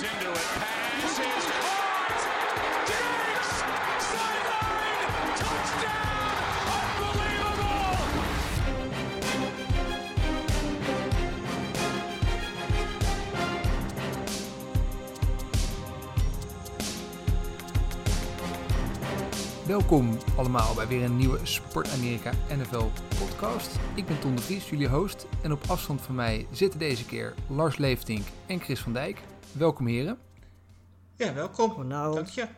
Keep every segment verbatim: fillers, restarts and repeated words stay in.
into it. Pass is caught. Diggs! Sideline! Touchdown! Unbelievable! Welkom allemaal bij weer een nieuwe Sport Amerika N F L podcast. Ik ben Ton de Vries, jullie host. En op afstand van mij zitten deze keer Lars Leeftink en Chris van Dijk. Welkom heren. Ja, welkom. Nou, Dank je.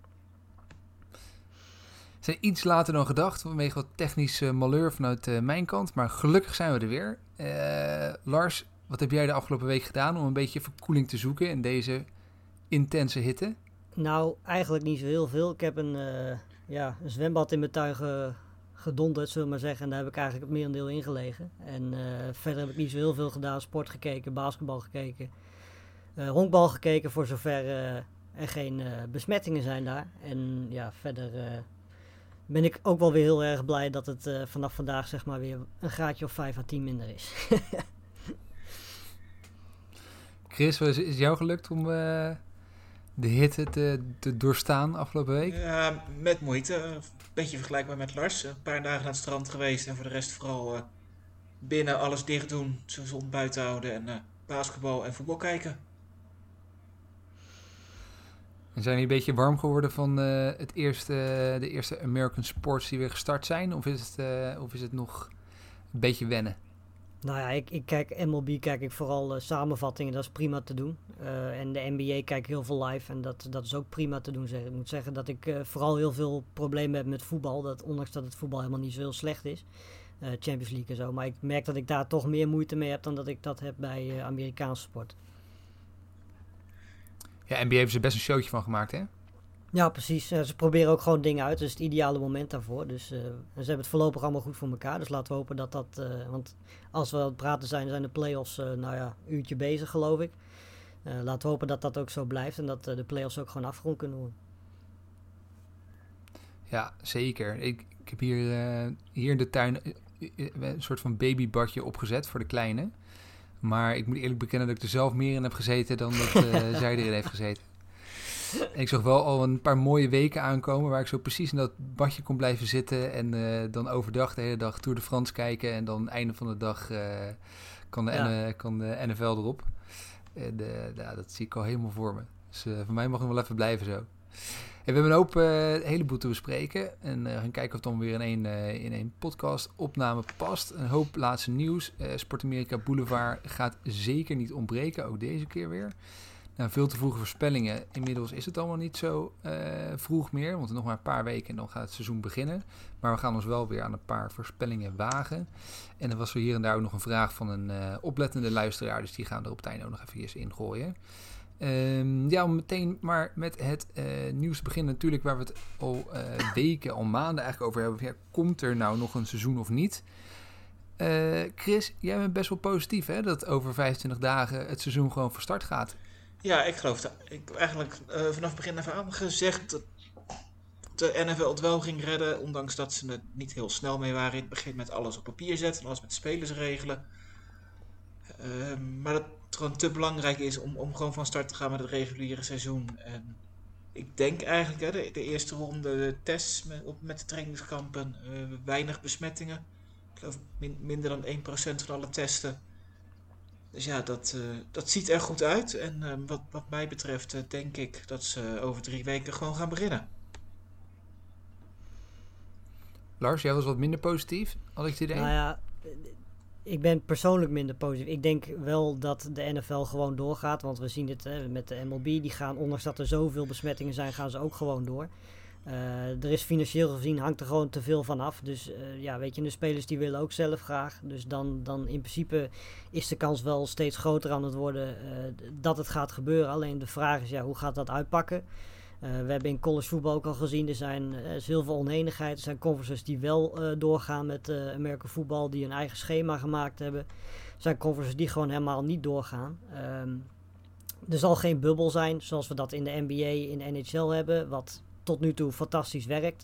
We zijn iets later dan gedacht, vanwege wat technische malheur vanuit uh, mijn kant. Maar gelukkig zijn we er weer. Uh, Lars, wat heb jij de afgelopen week gedaan om een beetje verkoeling te zoeken in deze intense hitte? Nou, eigenlijk niet zo heel veel. Ik heb een, uh, ja, een zwembad in mijn tuin ge, gedonderd, zullen we maar zeggen. En daar heb ik eigenlijk het merendeel in gelegen. En uh, verder heb ik niet zo heel veel gedaan. Sport gekeken, basketbal gekeken, uh, honkbal gekeken, voor zover uh, er geen uh, besmettingen zijn daar. En ja, verder uh, ben ik ook wel weer heel erg blij dat het uh, vanaf vandaag zeg maar weer een graadje of vijf à tien minder is. Chris, is het jou gelukt om uh, de hitte te, te doorstaan afgelopen week? Ja, met moeite. Een beetje vergelijkbaar met Lars. Een paar dagen naar het strand geweest en voor de rest vooral uh, binnen alles dicht doen. Zijn zon buiten houden en uh, basketbal en voetbal kijken. En zijn jullie een beetje warm geworden van uh, het eerste, uh, de eerste American sports die weer gestart zijn? Of is het, uh, of is het nog een beetje wennen? Nou ja, ik, ik kijk M L B kijk ik vooral uh, samenvattingen, dat is prima te doen. Uh, en de N B A kijk ik heel veel live en dat, dat is ook prima te doen. Zeg. Ik moet zeggen dat ik uh, vooral heel veel problemen heb met voetbal. Dat, ondanks dat het voetbal helemaal niet zo heel slecht is. Uh, Champions League en zo. Maar ik merk dat ik daar toch meer moeite mee heb dan dat ik dat heb bij uh, Amerikaanse sport. Ja, N B A heeft er best een showtje van gemaakt, hè? Ja, precies. Uh, ze proberen ook gewoon dingen uit. Dat is het ideale moment daarvoor. Dus uh, ze hebben het voorlopig allemaal goed voor elkaar. Dus laten we hopen dat dat... Uh, want als we aan het praten zijn, zijn de play-offs, uh, nou ja, een uurtje bezig, geloof ik. Uh, laten we hopen dat dat ook zo blijft. En dat uh, de play-offs ook gewoon afgerond kunnen worden. Ja, zeker. Ik, ik heb hier, uh, hier in de tuin uh, een soort van babybadje opgezet voor de kleine. Maar ik moet eerlijk bekennen dat ik er zelf meer in heb gezeten dan dat uh, zij erin heeft gezeten. En ik zag wel al een paar mooie weken aankomen waar ik zo precies in dat badje kon blijven zitten. En uh, dan overdag de hele dag Tour de France kijken. En dan einde van de dag uh, kan, de ja. N- kan de N F L erop. En, uh, ja, dat zie ik al helemaal voor me. Dus uh, voor mij mag het wel even blijven zo. En we hebben een hoop, uh, een heleboel te bespreken. En uh, gaan kijken of het dan weer in één, uh, in één podcast opname past. Een hoop laatste nieuws. Uh, Sport Amerika Boulevard gaat zeker niet ontbreken. Ook deze keer weer. Nou, veel te vroege voorspellingen. Inmiddels is het allemaal niet zo uh, vroeg meer. Want nog maar een paar weken en dan gaat het seizoen beginnen. Maar we gaan ons wel weer aan een paar voorspellingen wagen. En er was er hier en daar ook nog een vraag van een uh, oplettende luisteraar. Dus die gaan we er op het einde ook nog even in gooien. Um, ja, om meteen maar met het uh, nieuws te beginnen. Natuurlijk waar we het al uh, weken, al maanden eigenlijk over hebben. Ja, komt er nou nog een seizoen of niet? Uh, Chris, jij bent best wel positief, hè? Dat over vijfentwintig dagen het seizoen gewoon van start gaat. Ja, ik geloof dat. Ik heb eigenlijk uh, vanaf het begin af aan gezegd dat de N F L het wel ging redden. Ondanks dat ze er niet heel snel mee waren in het begin met alles op papier zetten. En alles met spelers regelen. Uh, maar dat het gewoon te belangrijk is om, om gewoon van start te gaan met het reguliere seizoen. En ik denk eigenlijk hè, de, de eerste ronde de tests met, op, met de trainingskampen. Uh, weinig besmettingen. Ik geloof min, minder dan één procent van alle testen. Dus ja, dat, uh, dat ziet er goed uit. En uh, wat, wat mij betreft uh, denk ik dat ze over drie weken gewoon gaan beginnen. Lars, jij was wat minder positief, had ik het idee? Nou ja, ik ben persoonlijk minder positief. Ik denk wel dat de N F L gewoon doorgaat. Want we zien dit hè, met de M L B. Die gaan, ondanks dat er zoveel besmettingen zijn, gaan ze ook gewoon door. Uh, er is financieel gezien, hangt er gewoon te veel van af. Dus uh, ja, weet je, de spelers die willen ook zelf graag. Dus dan, dan in principe is de kans wel steeds groter aan het worden uh, dat het gaat gebeuren. Alleen de vraag is, ja, hoe gaat dat uitpakken? Uh, we hebben in college voetbal ook al gezien, er zijn uh, er is heel veel oneenigheid. Er zijn conferences die wel uh, doorgaan met uh, American voetbal, die een eigen schema gemaakt hebben. Er zijn conferences die gewoon helemaal niet doorgaan. Um, er zal geen bubbel zijn, zoals we dat in de N B A, in de N H L hebben, wat tot nu toe fantastisch werkt.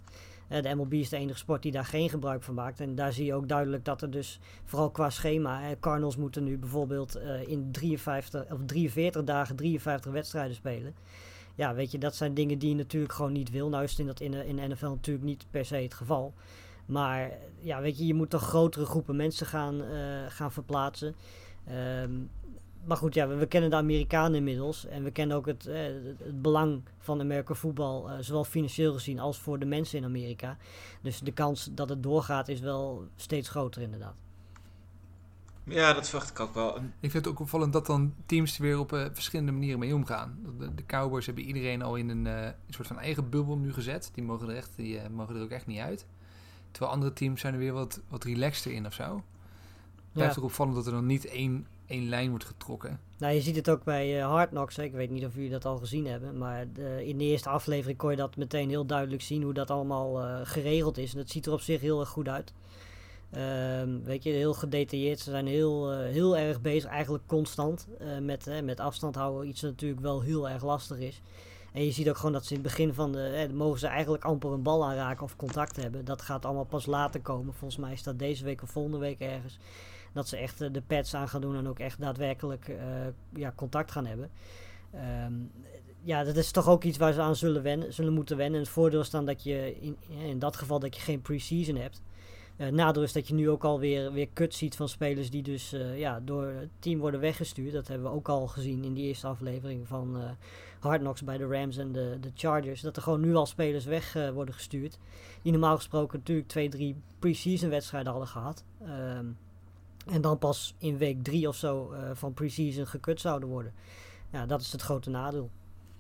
Uh, de M L B is de enige sport die daar geen gebruik van maakt. En daar zie je ook duidelijk dat er dus, vooral qua schema, hè, Cardinals moeten nu bijvoorbeeld uh, in drieënvijftig of drieënveertig dagen drieënvijftig wedstrijden spelen. Ja, weet je, dat zijn dingen die je natuurlijk gewoon niet wil. Nou is het in, dat in, de, in de N F L natuurlijk niet per se het geval. Maar ja, weet je, je moet toch grotere groepen mensen gaan, uh, gaan verplaatsen. Um, maar goed, ja, we, we kennen de Amerikanen inmiddels. En we kennen ook het, uh, het, het belang van Amerika voetbal, uh, zowel financieel gezien als voor de mensen in Amerika. Dus de kans dat het doorgaat is wel steeds groter inderdaad. Ja, dat verwacht ik ook wel. Ik vind het ook opvallend dat dan teams er weer op uh, verschillende manieren mee omgaan. De, de Cowboys hebben iedereen al in een, uh, een soort van eigen bubbel nu gezet. Die mogen er, echt, die, uh, mogen er ook echt niet uit. Terwijl andere teams zijn er weer wat, wat relaxter in of zo. Het blijft Ja. ook opvallend dat er dan niet één, één lijn wordt getrokken. Nou, je ziet het ook bij uh, Hard Knocks. Hè. Ik weet niet of jullie dat al gezien hebben. Maar de, in de eerste aflevering kon je dat meteen heel duidelijk zien. Hoe dat allemaal uh, geregeld is. En het ziet er op zich heel erg goed uit. Um, weet je, heel gedetailleerd. Ze zijn heel, uh, heel erg bezig, eigenlijk constant. Uh, met, uh, met afstand houden. Iets dat natuurlijk wel heel erg lastig is. En je ziet ook gewoon dat ze in het begin van de... Eh, mogen ze eigenlijk amper een bal aanraken of contact hebben. Dat gaat allemaal pas later komen. Volgens mij is dat deze week of volgende week ergens. Dat ze echt uh, de pads aan gaan doen en ook echt daadwerkelijk uh, ja, contact gaan hebben. Um, ja, dat is toch ook iets waar ze aan zullen, wennen, zullen moeten wennen. En het voordeel is dan dat je in, in dat geval dat je geen pre-season hebt. Uh, nadeel is dat je nu ook alweer weer cuts ziet van spelers die dus uh, ja, door het team worden weggestuurd. Dat hebben we ook al gezien in die eerste aflevering van uh, Hard Knocks bij de Rams en de, de Chargers. Dat er gewoon nu al spelers weg uh, worden gestuurd. Die normaal gesproken natuurlijk twee, drie pre-season wedstrijden hadden gehad. Um, en dan pas in week drie of zo uh, van pre-season gekut zouden worden. Ja, dat is het grote nadeel.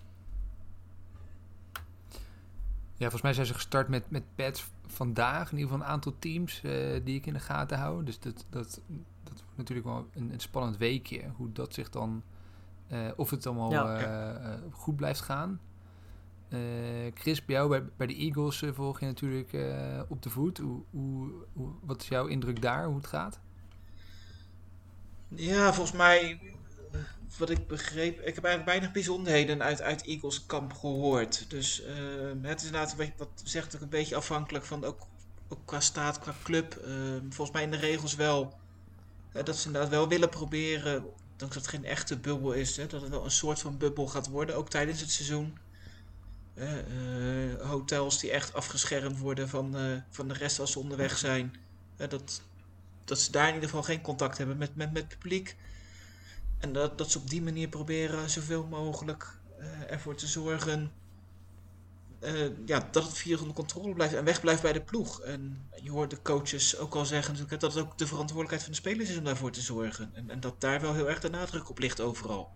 Ja, volgens mij zijn ze gestart met, met pads vandaag. In ieder geval een aantal teams uh, die ik in de gaten hou. Dus dat, dat, dat wordt natuurlijk wel een, een spannend weekje. Hoe dat zich dan... Uh, of het allemaal Ja. uh, uh, goed blijft gaan. Uh, Chris, bij jou bij, bij de Eagles uh, volg je natuurlijk uh, op de voet. Hoe, hoe, hoe, wat is jouw indruk daar, hoe het gaat? Ja, volgens mij, wat ik begreep, ik heb eigenlijk weinig bijzonderheden uit, uit Eagles kamp gehoord. Dus uh, het is inderdaad, wat, wat zegt ook een beetje afhankelijk van ook, ook qua staat, qua club. Uh, volgens mij in de regels wel, uh, dat ze inderdaad wel willen proberen, dat het geen echte bubbel is, hè, dat het wel een soort van bubbel gaat worden, ook tijdens het seizoen. Uh, uh, hotels die echt afgeschermd worden van, uh, van de rest als ze onderweg zijn. Uh, dat... Dat ze daar in ieder geval geen contact hebben met, met, met het publiek. En dat, dat ze op die manier proberen zoveel mogelijk uh, ervoor te zorgen uh, ja, dat het virus onder controle blijft en wegblijft bij de ploeg. En je hoort de coaches ook al zeggen natuurlijk, dat het ook de verantwoordelijkheid van de spelers is om daarvoor te zorgen. En, en dat daar wel heel erg de nadruk op ligt overal.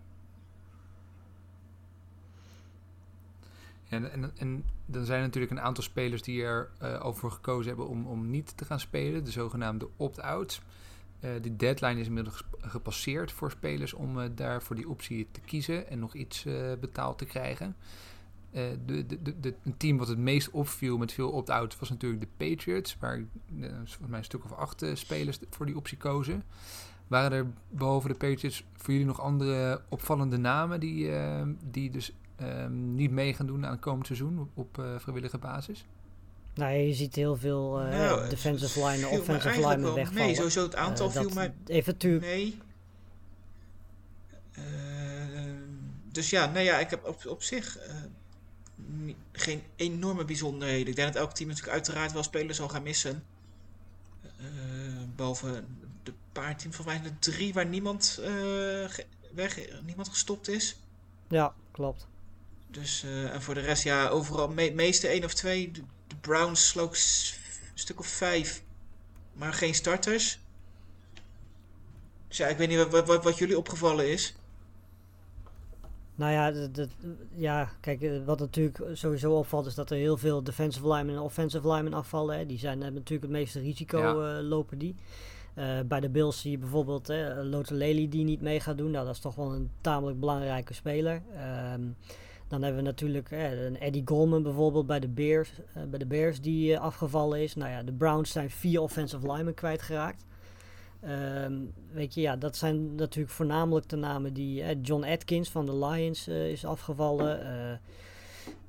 Ja, en, en, en dan zijn er natuurlijk een aantal spelers die er uh, over gekozen hebben om, om niet te gaan spelen. De zogenaamde opt-out. Uh, de deadline is inmiddels gepasseerd voor spelers om uh, daar voor die optie te kiezen en nog iets uh, betaald te krijgen. Uh, de, de, de, de, een team wat het meest opviel met veel opt-out was natuurlijk de Patriots, waar uh, volgens mij een stuk of acht uh, spelers voor die optie kozen. Waren er behalve de Patriots voor jullie nog andere opvallende namen die, uh, die dus um, niet mee gaan doen aan het komend seizoen op, op uh, vrijwillige basis? Nou, je ziet heel veel uh, Nou, defensive het line, viel me offensive eigenlijk linemen wel wegvallen. mee. Sowieso het aantal Uh, viel dat mij even natuurlijk. mee. Uh, dus ja, nou ja, ik heb op, op zich uh, ni- geen enorme bijzonderheden. Ik denk dat elk team natuurlijk uiteraard wel spelers zal gaan missen. Uh, behalve de paar teams, volgens mij zijn er drie waar niemand, uh, ge- weg, niemand gestopt is. Ja, klopt. Dus, uh, en voor de rest, ja, overal, me, meeste één of twee. De, de Browns sloeg s- een stuk of vijf, maar geen starters. Dus ja, ik weet niet wat, wat, wat jullie opgevallen is. Nou ja, dat, dat, ja, kijk, eh, wat natuurlijk sowieso opvalt is dat er heel veel defensive linemen en offensive linemen afvallen. Hè. Die zijn hebben natuurlijk het meeste risico Ja. uh, lopen die. Uh, bij de Bills zie je bijvoorbeeld uh, Lotulelei die niet mee gaat doen. Nou, dat is toch wel een tamelijk belangrijke speler. Um, dan hebben we natuurlijk uh, een Eddie Goldman bijvoorbeeld bij de Bears, uh, bij de Bears die uh, afgevallen is. Nou ja, de Browns zijn vier offensive linemen kwijtgeraakt. Um, weet je, ja, dat zijn natuurlijk voornamelijk de namen die... Uh, John Atkins van de Lions uh, is afgevallen. Uh,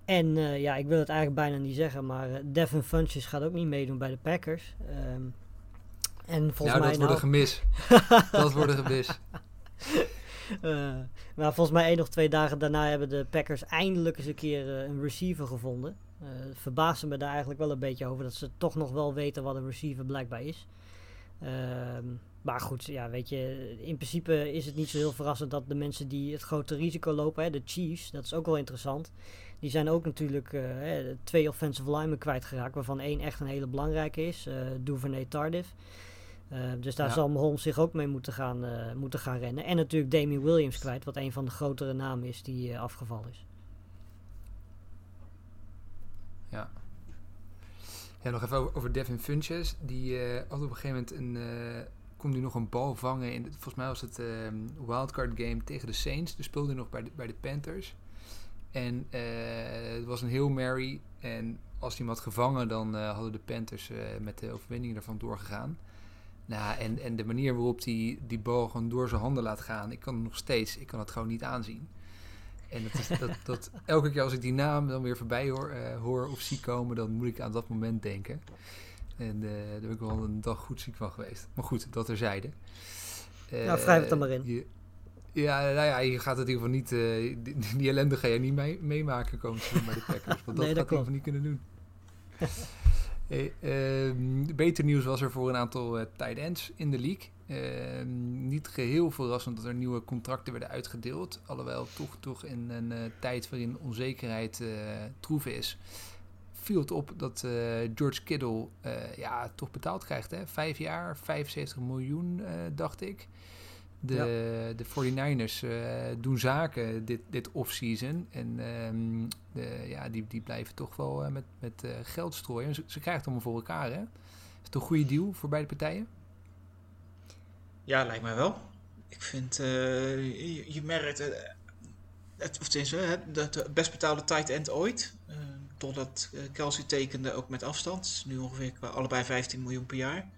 En uh, ja, ik wil het eigenlijk bijna niet zeggen, maar uh, Devin Funchess gaat ook niet meedoen bij de Packers. Um, en volgens nou, mij dat nou... wordt een gemis. dat wordt een gemis. Uh, maar volgens mij één of twee dagen daarna hebben de Packers eindelijk eens een keer uh, een receiver gevonden. Uh, het verbaasde me daar eigenlijk wel een beetje over dat ze toch nog wel weten wat een receiver blijkbaar is. Uh, maar goed, ja, weet je, in principe is het niet zo heel verrassend dat de mensen die het grote risico lopen, hè, de Chiefs, dat is ook wel interessant. Die zijn ook natuurlijk uh, hè, twee offensive linemen kwijtgeraakt, waarvan één echt een hele belangrijke is, uh, Duvernay Tardif. Uh, dus daar ja. zal Mahomes zich ook mee moeten gaan, uh, moeten gaan rennen. En natuurlijk Damien Williams kwijt, wat een van de grotere namen is die uh, afgevallen is. Ja. Ja, nog even over, over Devin Funchess. Die uh, had op een gegeven moment een... Uh, kon hij nog een bal vangen. In, volgens mij was het uh, wildcard game tegen de Saints. Toen speelde hij nog bij de, bij de Panthers. En uh, het was een Hail Mary. En als hij hem had gevangen, dan uh, hadden de Panthers uh, met de overwinning ervan doorgegaan. Nou, en, en de manier waarop hij die bal gewoon door zijn handen laat gaan, ik kan het nog steeds, ik kan het gewoon niet aanzien. En dat is, dat, dat, elke keer als ik die naam dan weer voorbij hoor, uh, hoor of zie komen, dan moet ik aan dat moment denken. En uh, daar ben ik wel een dag goed ziek van geweest. Maar goed, dat terzijde. Uh, nou, wrijf het dan maar in. Je, ja, nou ja, je gaat het in ieder geval niet, uh, die, die ellende ga je niet mee, meemaken komen bij de Packers. Want dat nee, gaat dat hij in ieder geval niet kunnen doen. Hey, uh, beter nieuws was er voor een aantal uh, tight ends in de league. Uh, niet geheel verrassend dat er nieuwe contracten werden uitgedeeld. Alhoewel toch, toch in een uh, tijd waarin onzekerheid uh, troef is, viel het op dat uh, George Kittle uh, ja, toch betaald krijgt. Hè? Vijf jaar, vijfenzeventig miljoen, uh, dacht ik. De, ja. de forty-niners uh, doen zaken dit, dit off-season. En um, de, ja, die, die blijven toch wel uh, met, met uh, geld strooien. Ze, ze krijgen het allemaal voor elkaar, hè? Is het een goede deal voor beide partijen? Ja, lijkt mij wel. Ik vind, uh, je, je merkt, uh, het, of tenminste, het, de best betaalde tight end ooit. Uh, totdat uh, Kelsey tekende ook met afstand. Nu ongeveer allebei vijftien miljoen per jaar.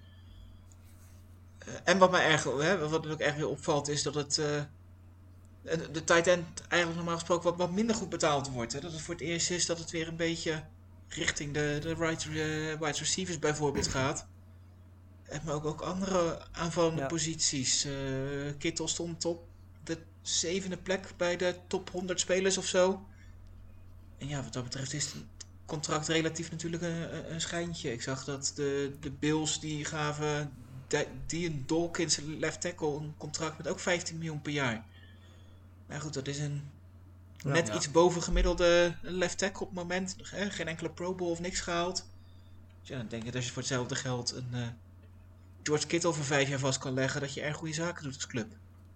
Uh, en wat mij erg, hè, wat ook erg weer opvalt, is dat het uh, de tight end eigenlijk normaal gesproken wat, wat minder goed betaald wordt. Hè. Dat het voor het eerst is dat het weer een beetje richting de, de right, uh, wide receivers bijvoorbeeld gaat. En maar ook, ook andere aanvallende ja. posities. Uh, Kittle stond op de zevende plek bij de top honderd spelers of zo. En ja, wat dat betreft is het contract relatief natuurlijk een, een schijntje. Ik zag dat de, de Bills die gaven Dean Dawkins, left tackle, een contract met ook vijftien miljoen per jaar. Nou goed, dat is een ja, net ja. iets boven gemiddelde left tackle op het moment. Hè? Geen enkele Pro Bowl of niks gehaald. Dus ja, dan denk ik dat als je voor hetzelfde geld een uh, George Kittle voor vijf jaar vast kan leggen, dat je erg goede zaken doet als club.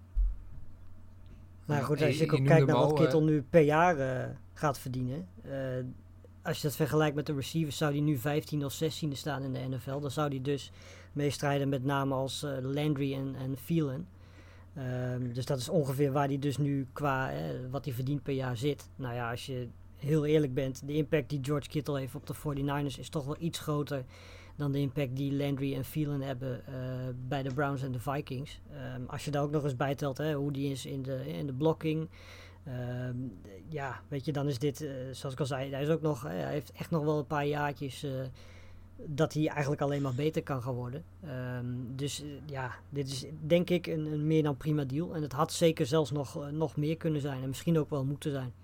Nou goed, als je, je ook kijkt naar wat Kittle uh... nu per jaar uh, gaat verdienen. Uh, als je dat vergelijkt met de receivers, zou die nu vijftien of zestiende staan in de N F L. Dan zou die dus meestrijden met namen als uh, Landry en, en Thielen. Um, dus dat is ongeveer waar hij dus nu qua eh, wat hij verdient per jaar zit. Nou ja, als je heel eerlijk bent, de impact die George Kittle heeft op de forty-niners is toch wel iets groter dan de impact die Landry en Thielen hebben uh, bij de Browns en de Vikings. Um, als je daar ook nog eens bij telt, hè, hoe die is in de, in de blocking. Um, ja, weet je, dan is dit, uh, zoals ik al zei, hij is ook nog, uh, hij heeft echt nog wel een paar jaartjes uh, dat hij eigenlijk alleen maar beter kan gaan worden. Um, dus uh, ja, dit is denk ik een, een meer dan prima deal. En het had zeker zelfs nog, uh, nog meer kunnen zijn en misschien ook wel moeten zijn.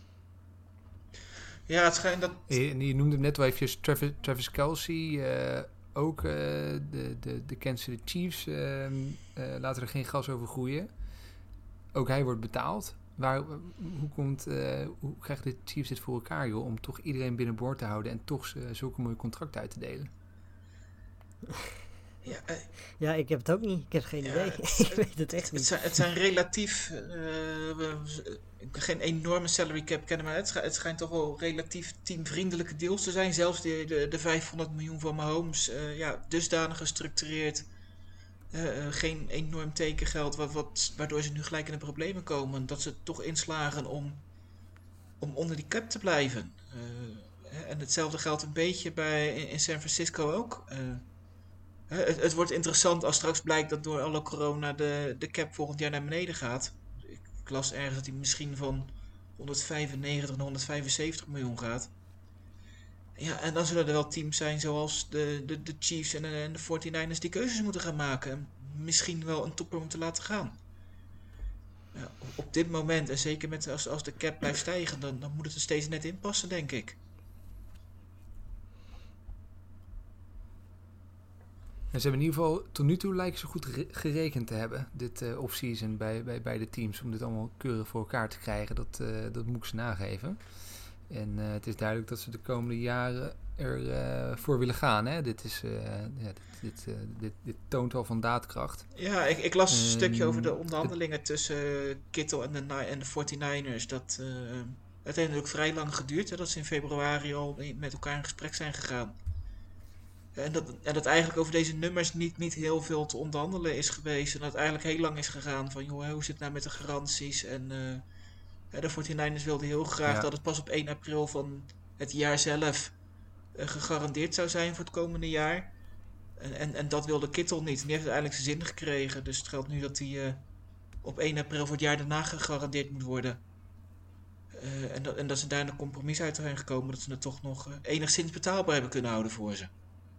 Ja, het schijnt dat... Je, je noemde net wel eventjes Travis, Travis Kelce, uh, ook uh, de, de, de Kansas City Chiefs uh, uh, laten er geen gas over groeien. Ook hij wordt betaald. Waar, hoe, komt, uh, hoe krijgen de Chiefs dit voor elkaar, joh, om toch iedereen binnenboord te houden en toch uh, zulke mooie contracten uit te delen? Ja, uh, ja, ik heb het ook niet. Ik heb geen ja, idee. Ik weet het echt het, niet. Het zijn, het zijn relatief... Uh, ik heb geen enorme salary cap kennen, maar het, schijnt, het schijnt toch wel relatief teamvriendelijke deals te zijn. Zelfs de, de, de vijfhonderd miljoen van Mahomes, uh, ja, dusdanig gestructureerd. Uh, uh, geen enorm tekengeld, wat, wat, waardoor ze nu gelijk in de problemen komen. Dat ze toch inslagen om, om onder die cap te blijven. Uh, en hetzelfde geldt een beetje bij, in, in San Francisco ook. Uh, Het, het wordt interessant als straks blijkt dat door alle corona de, de cap volgend jaar naar beneden gaat. Ik las ergens dat hij misschien van honderdvijfennegentig naar honderdvijfenzeventig miljoen gaat. Ja, en dan zullen er wel teams zijn zoals de, de, de Chiefs en de, en de forty-niners die keuzes moeten gaan maken. En misschien wel een topper moeten laten gaan. Ja, op, op dit moment, en zeker met, als, als de cap blijft stijgen, dan, dan moet het er steeds net in passen, denk ik. En ze hebben in ieder geval, tot nu toe lijken ze goed re- gerekend te hebben, dit uh, offseason bij, bij beide teams, om dit allemaal keurig voor elkaar te krijgen. Dat, uh, dat moet ik ze nageven. En uh, het is duidelijk dat ze de komende jaren ervoor uh, voor willen gaan. Hè? Dit, is, uh, ja, dit, dit, uh, dit, dit toont wel van daadkracht. Ja, ik, ik las een um, stukje over de onderhandelingen het, tussen uh, Kittle en de, en de forty-niners. Dat, uh, het heeft natuurlijk vrij lang geduurd, hè, dat ze in februari al met elkaar in gesprek zijn gegaan. En dat, en dat eigenlijk over deze nummers niet, niet heel veel te onderhandelen is geweest. En dat het eigenlijk heel lang is gegaan van, joh, hoe zit het nou met de garanties? En uh, de forty-niners wilden heel graag ja. dat het pas op één april van het jaar zelf uh, gegarandeerd zou zijn voor het komende jaar. En, en, en dat wilde Kittle niet. En die heeft uiteindelijk zijn zin gekregen. Dus het geldt nu dat hij uh, op één april voor het jaar daarna gegarandeerd moet worden. Uh, en, dat, en dat ze daar een compromis uit zijn gekomen. Dat ze het toch nog uh, enigszins betaalbaar hebben kunnen houden voor ze.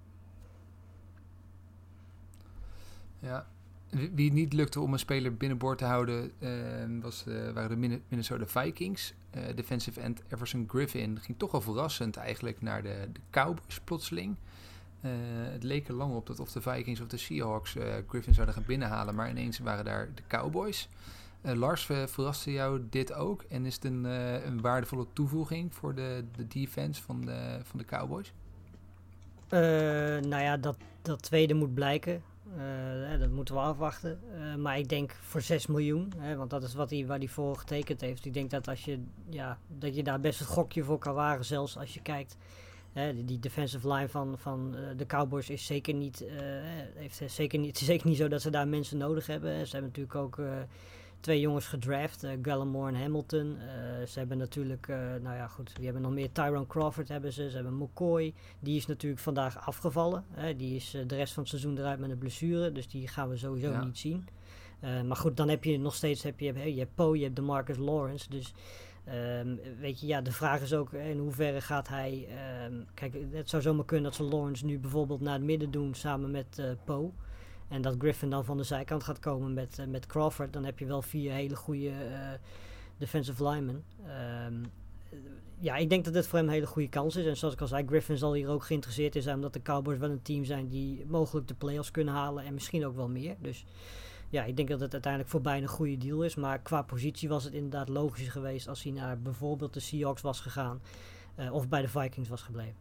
Ja, wie het niet lukte om een speler binnenboord te houden, uh, was, uh, waren de Minnesota Vikings. Uh, defensive end Everson Griffin ging toch al verrassend eigenlijk naar de, de Cowboys plotseling. Uh, het leek er lang op dat of de Vikings of de Seahawks uh, Griffin zouden gaan binnenhalen, maar ineens waren daar de Cowboys. Uh, Lars, uh, verraste jou dit ook? En is het een, uh, een waardevolle toevoeging voor de, de defense van de, van de Cowboys? Uh, nou ja, dat, dat tweede moet blijken. Uh, dat moeten we afwachten. Uh, maar ik denk voor zes miljoen, hè, want dat is wat hij, waar hij voor getekend heeft. Ik denk dat als je, ja, dat je daar best een gokje voor kan wagen, zelfs als je kijkt. Hè, die, die defensive line van, van uh, de Cowboys is zeker niet, uh, heeft zeker niet, het is zeker niet zo dat ze daar mensen nodig hebben. Ze hebben natuurlijk ook uh, twee jongens gedraft, uh, Gallimore en Hamilton. Uh, ze hebben natuurlijk, uh, nou ja goed, die hebben nog meer. Tyrone Crawford hebben ze. Ze hebben McCoy. Die is natuurlijk vandaag afgevallen. Hè. Die is uh, de rest van het seizoen eruit met een blessure. Dus die gaan we sowieso ja. niet zien. Uh, maar goed, dan heb je nog steeds, heb je, je hebt Poe, je hebt DeMarcus Lawrence. Dus um, weet je, ja, de vraag is ook in hoeverre gaat hij... Um, kijk, het zou zomaar kunnen dat ze Lawrence nu bijvoorbeeld naar het midden doen samen met uh, Poe. En dat Griffin dan van de zijkant gaat komen met, uh, met Crawford. Dan heb je wel vier hele goede uh, defensive linemen. Um, ja, ik denk dat dit voor hem een hele goede kans is. En zoals ik al zei, Griffin zal hier ook geïnteresseerd in zijn. Omdat de Cowboys wel een team zijn die mogelijk de playoffs kunnen halen. En misschien ook wel meer. Dus ja, ik denk dat het uiteindelijk voor bijna een goede deal is. Maar qua positie was het inderdaad logischer geweest als hij naar bijvoorbeeld de Seahawks was gegaan. Uh, of bij de Vikings was gebleven.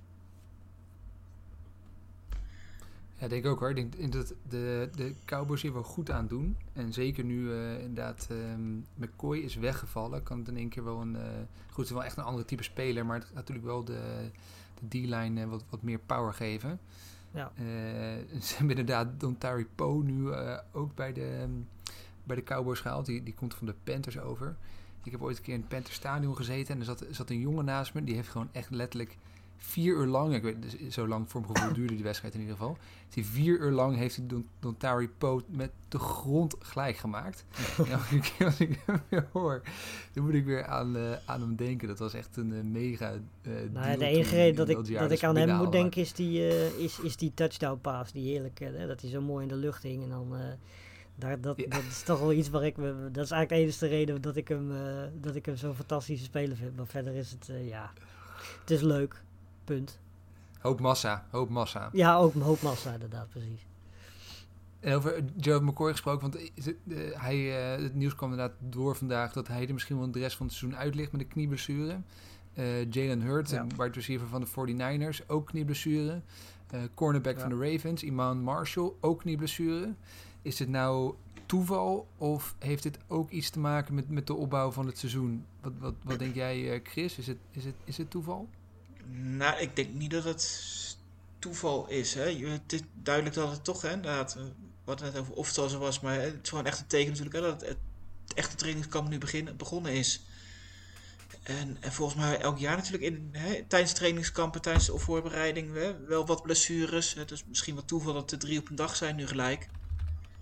Ja, denk ik ook hoor. Ik denk dat de, de Cowboys hier wel goed aan doen. En zeker nu uh, inderdaad um, McCoy is weggevallen. Kan het in één keer wel een... Uh, goed, het is wel echt een andere type speler. Maar het gaat natuurlijk wel de, de D-line uh, wat, wat meer power geven. Ja. Uh, ze hebben inderdaad Dontari Poe nu uh, ook bij de, um, bij de Cowboys gehaald. Die, die komt van de Panthers over. Ik heb ooit een keer in het Panthers stadion gezeten. En er zat, zat een jongen naast me. Die heeft gewoon echt letterlijk... Vier uur lang, ik weet, dus zo lang voor mijn gevoel duurde die wedstrijd in ieder geval. Die vier uur lang heeft hij Don, Dontari Poe met de grond gelijk gemaakt. En elke keer als ik hem weer hoor, dan moet ik weer aan, uh, aan hem denken. Dat was echt een uh, mega uh, nou, de enige reden dat ik, dat ik aan hem moet denken is die, uh, is, is die touchdown pass. Die heerlijk, uh, dat hij zo mooi in de lucht hing. En dan, uh, daar, dat, ja. dat is toch wel iets waar ik... Me, dat is eigenlijk de enige reden dat ik hem, uh, dat ik hem zo'n fantastische speler vind. Maar verder is het, uh, ja... Het is leuk. Punt. Hoop massa, hoop massa. Ja, ook een hoop massa, inderdaad, precies. En over Joe McCoy gesproken, want het, uh, hij, uh, het nieuws kwam inderdaad door vandaag dat hij er misschien wel de rest van het seizoen uit ligt met een knieblessure. Uh, Jalen Hurts, ja. wide receiver van de forty-niners, ook knieblessure. Uh, cornerback ja. van de Ravens, Iman Marshall, ook knieblessure. Is het nou toeval of heeft dit ook iets te maken met, met de opbouw van het seizoen? Wat, wat, wat denk jij, uh, Chris? Is het, is, het, is het toeval? Nou, ik denk niet dat het toeval is. Hè. Het is duidelijk dat het toch, hè, inderdaad, wat het net over of het al zo was, maar het is gewoon echt een teken natuurlijk, hè, dat het, het echte trainingskamp nu begin, begonnen is. En, en volgens mij elk jaar natuurlijk in, hè, tijdens trainingskampen, tijdens de voorbereiding, hè, wel wat blessures. Het is misschien wat toeval dat er drie op een dag zijn nu gelijk.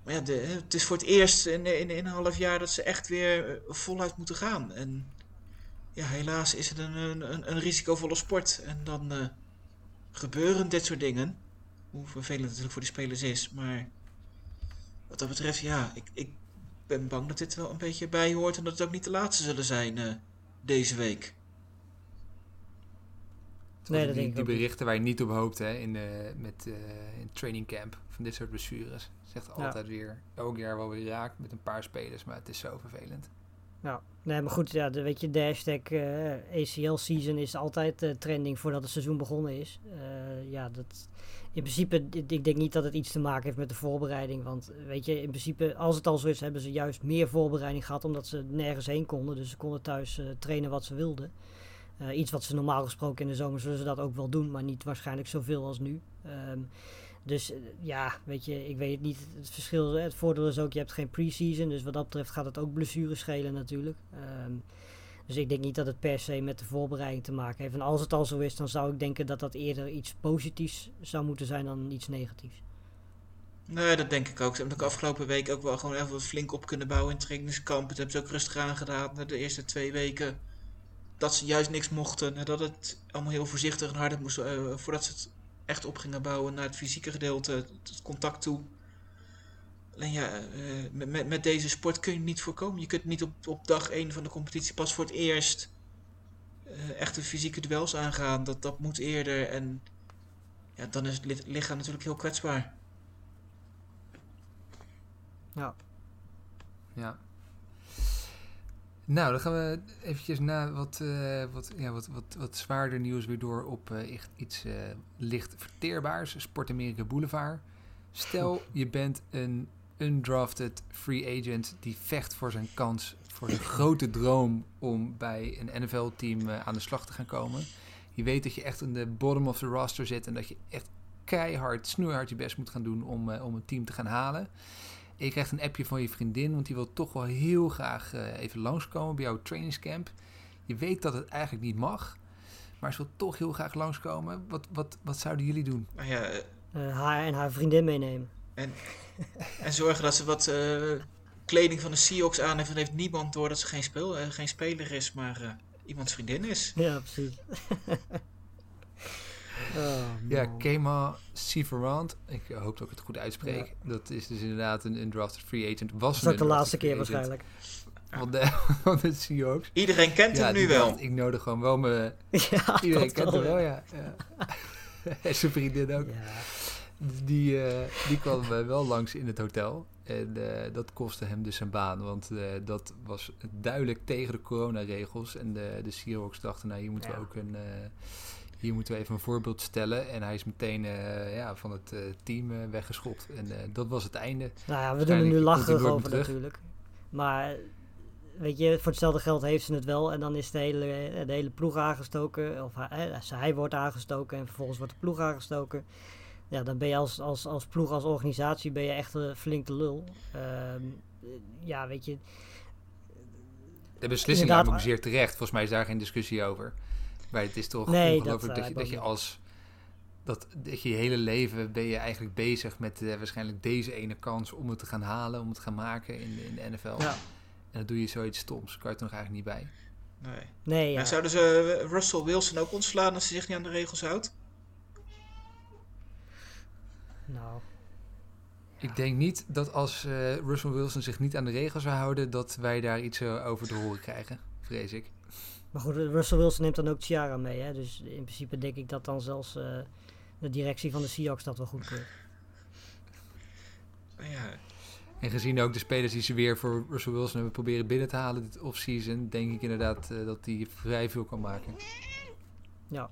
Maar ja, de, het is voor het eerst in, in, in een half jaar dat ze echt weer voluit moeten gaan. En ja, helaas is het een, een, een risicovolle sport. En dan uh, gebeuren dit soort dingen. Hoe vervelend het natuurlijk voor die spelers is. Maar wat dat betreft, ja, ik, ik ben bang dat dit wel een beetje bij hoort. En dat het ook niet de laatste zullen zijn uh, deze week. Nee, dat die, denk ik die ook niet. berichten waar je niet op hoopt hè, in, uh, met, uh, in training camp van dit soort blessures. Zegt altijd ja. weer, elk jaar wel weer raak met een paar spelers, maar het is zo vervelend. Ja, nee, maar goed, ja, de, weet je, de hashtag uh, A C L season is altijd uh, trending voordat het seizoen begonnen is. Uh, ja, dat in principe, ik denk niet dat het iets te maken heeft met de voorbereiding, want weet je, in principe, als het al zo is, hebben ze juist meer voorbereiding gehad, omdat ze nergens heen konden, dus ze konden thuis uh, trainen wat ze wilden. Uh, iets wat ze normaal gesproken in de zomer zullen ze dat ook wel doen, maar niet waarschijnlijk zoveel als nu. Um, dus uh, ja, weet je, ik weet het niet. Het verschil, het voordeel is ook, je hebt geen pre-season, dus wat dat betreft gaat het ook blessures schelen natuurlijk. Um, dus ik denk niet dat het per se met de voorbereiding te maken heeft. En als het al zo is, dan zou ik denken dat dat eerder iets positiefs zou moeten zijn dan iets negatiefs. Nee, dat denk ik ook. Ze hebben de afgelopen week ook wel gewoon even flink op kunnen bouwen in trainingskamp. Dat hebben ze ook rustig aangedaan na de eerste twee weken. Dat ze juist niks mochten. En dat het allemaal heel voorzichtig en hard moest. Uh, voordat ze het echt op gingen bouwen naar het fysieke gedeelte. Het contact toe. Alleen ja, uh, met, met deze sport kun je het niet voorkomen. Je kunt niet op, op dag één van de competitie pas voor het eerst uh, echte fysieke duels aangaan. Dat, dat moet eerder. En ja, dan is het lichaam natuurlijk heel kwetsbaar. Ja. Ja. Nou, dan gaan we eventjes na wat, uh, wat, ja, wat, wat, wat zwaarder nieuws weer door op uh, echt iets uh, licht verteerbaars. Sport Amerika Boulevard. Stel, je bent een undrafted free agent die vecht voor zijn kans, voor zijn grote droom om bij een N F L-team uh, aan de slag te gaan komen. Je weet dat je echt in de bottom of the roster zit en dat je echt keihard, snoeihard je best moet gaan doen om, uh, om een team te gaan halen. En je krijgt een appje van je vriendin, want die wil toch wel heel graag uh, even langskomen bij jouw trainingscamp. Je weet dat het eigenlijk niet mag, maar ze wil toch heel graag langskomen. Wat, wat, wat zouden jullie doen? Nou ja, uh, uh, haar en haar vriendin meenemen. En, en zorgen dat ze wat uh, kleding van de Seahawks aan heeft. En heeft niemand door dat ze geen, speel, uh, geen speler is, maar uh, iemands vriendin is. Ja, precies. Oh, ja, Kema Siverand, ik hoop dat ik het goed uitspreek. Ja. Dat is dus inderdaad een undrafted free agent. Was dat is de laatste keer waarschijnlijk. Van de, van de Seahawks. Iedereen kent ja, hem nu wel. Dacht, ik nodig gewoon wel mijn... Ja, iedereen kent hem wel, ja. ja. En zijn vriendin ook. Ja. Die, uh, die kwam uh, wel langs in het hotel. En uh, dat kostte hem dus zijn baan. Want uh, dat was duidelijk tegen de coronaregels. En de, de Seahawks dachten, nou hier moeten ja. we ook een... Uh, Hier moeten we even een voorbeeld stellen. En hij is meteen uh, ja, van het uh, team uh, weggeschopt. En uh, dat was het einde. Nou ja, we doen er nu lacherig over natuurlijk. Maar weet je, voor hetzelfde geld heeft ze het wel. En dan is de hele, de hele ploeg aangestoken. Of hij, hij wordt aangestoken en vervolgens wordt de ploeg aangestoken. Ja, dan ben je als, als, als ploeg, als organisatie, ben je echt uh, flink de lul. Uh, ja, weet je... De beslissing is ook zeer terecht. Volgens mij is daar geen discussie over. Maar het is toch nee, ongelooflijk dat, uh, dat, je, dat je als... Dat, dat je je hele leven ben je eigenlijk bezig met uh, waarschijnlijk deze ene kans om het te gaan halen, om het te gaan maken in, in de N F L. Ja. En dan doe je zoiets stoms. Kan je er nog eigenlijk niet bij. Nee. nee ja. Maar zouden ze uh, Russell Wilson ook ontslaan als hij zich niet aan de regels houdt? Nou... Ja. Ik denk niet dat als uh, Russell Wilson zich niet aan de regels zou houden, dat wij daar iets uh, over te horen krijgen, vrees ik. Maar goed, Russell Wilson neemt dan ook Ciara mee, hè? Dus in principe denk ik dat dan zelfs uh, de directie van de Seahawks dat wel goed keurt. Ja. En gezien ook de spelers die ze weer voor Russell Wilson hebben proberen binnen te halen dit offseason, denk ik inderdaad uh, dat hij vrij veel kan maken. Ja.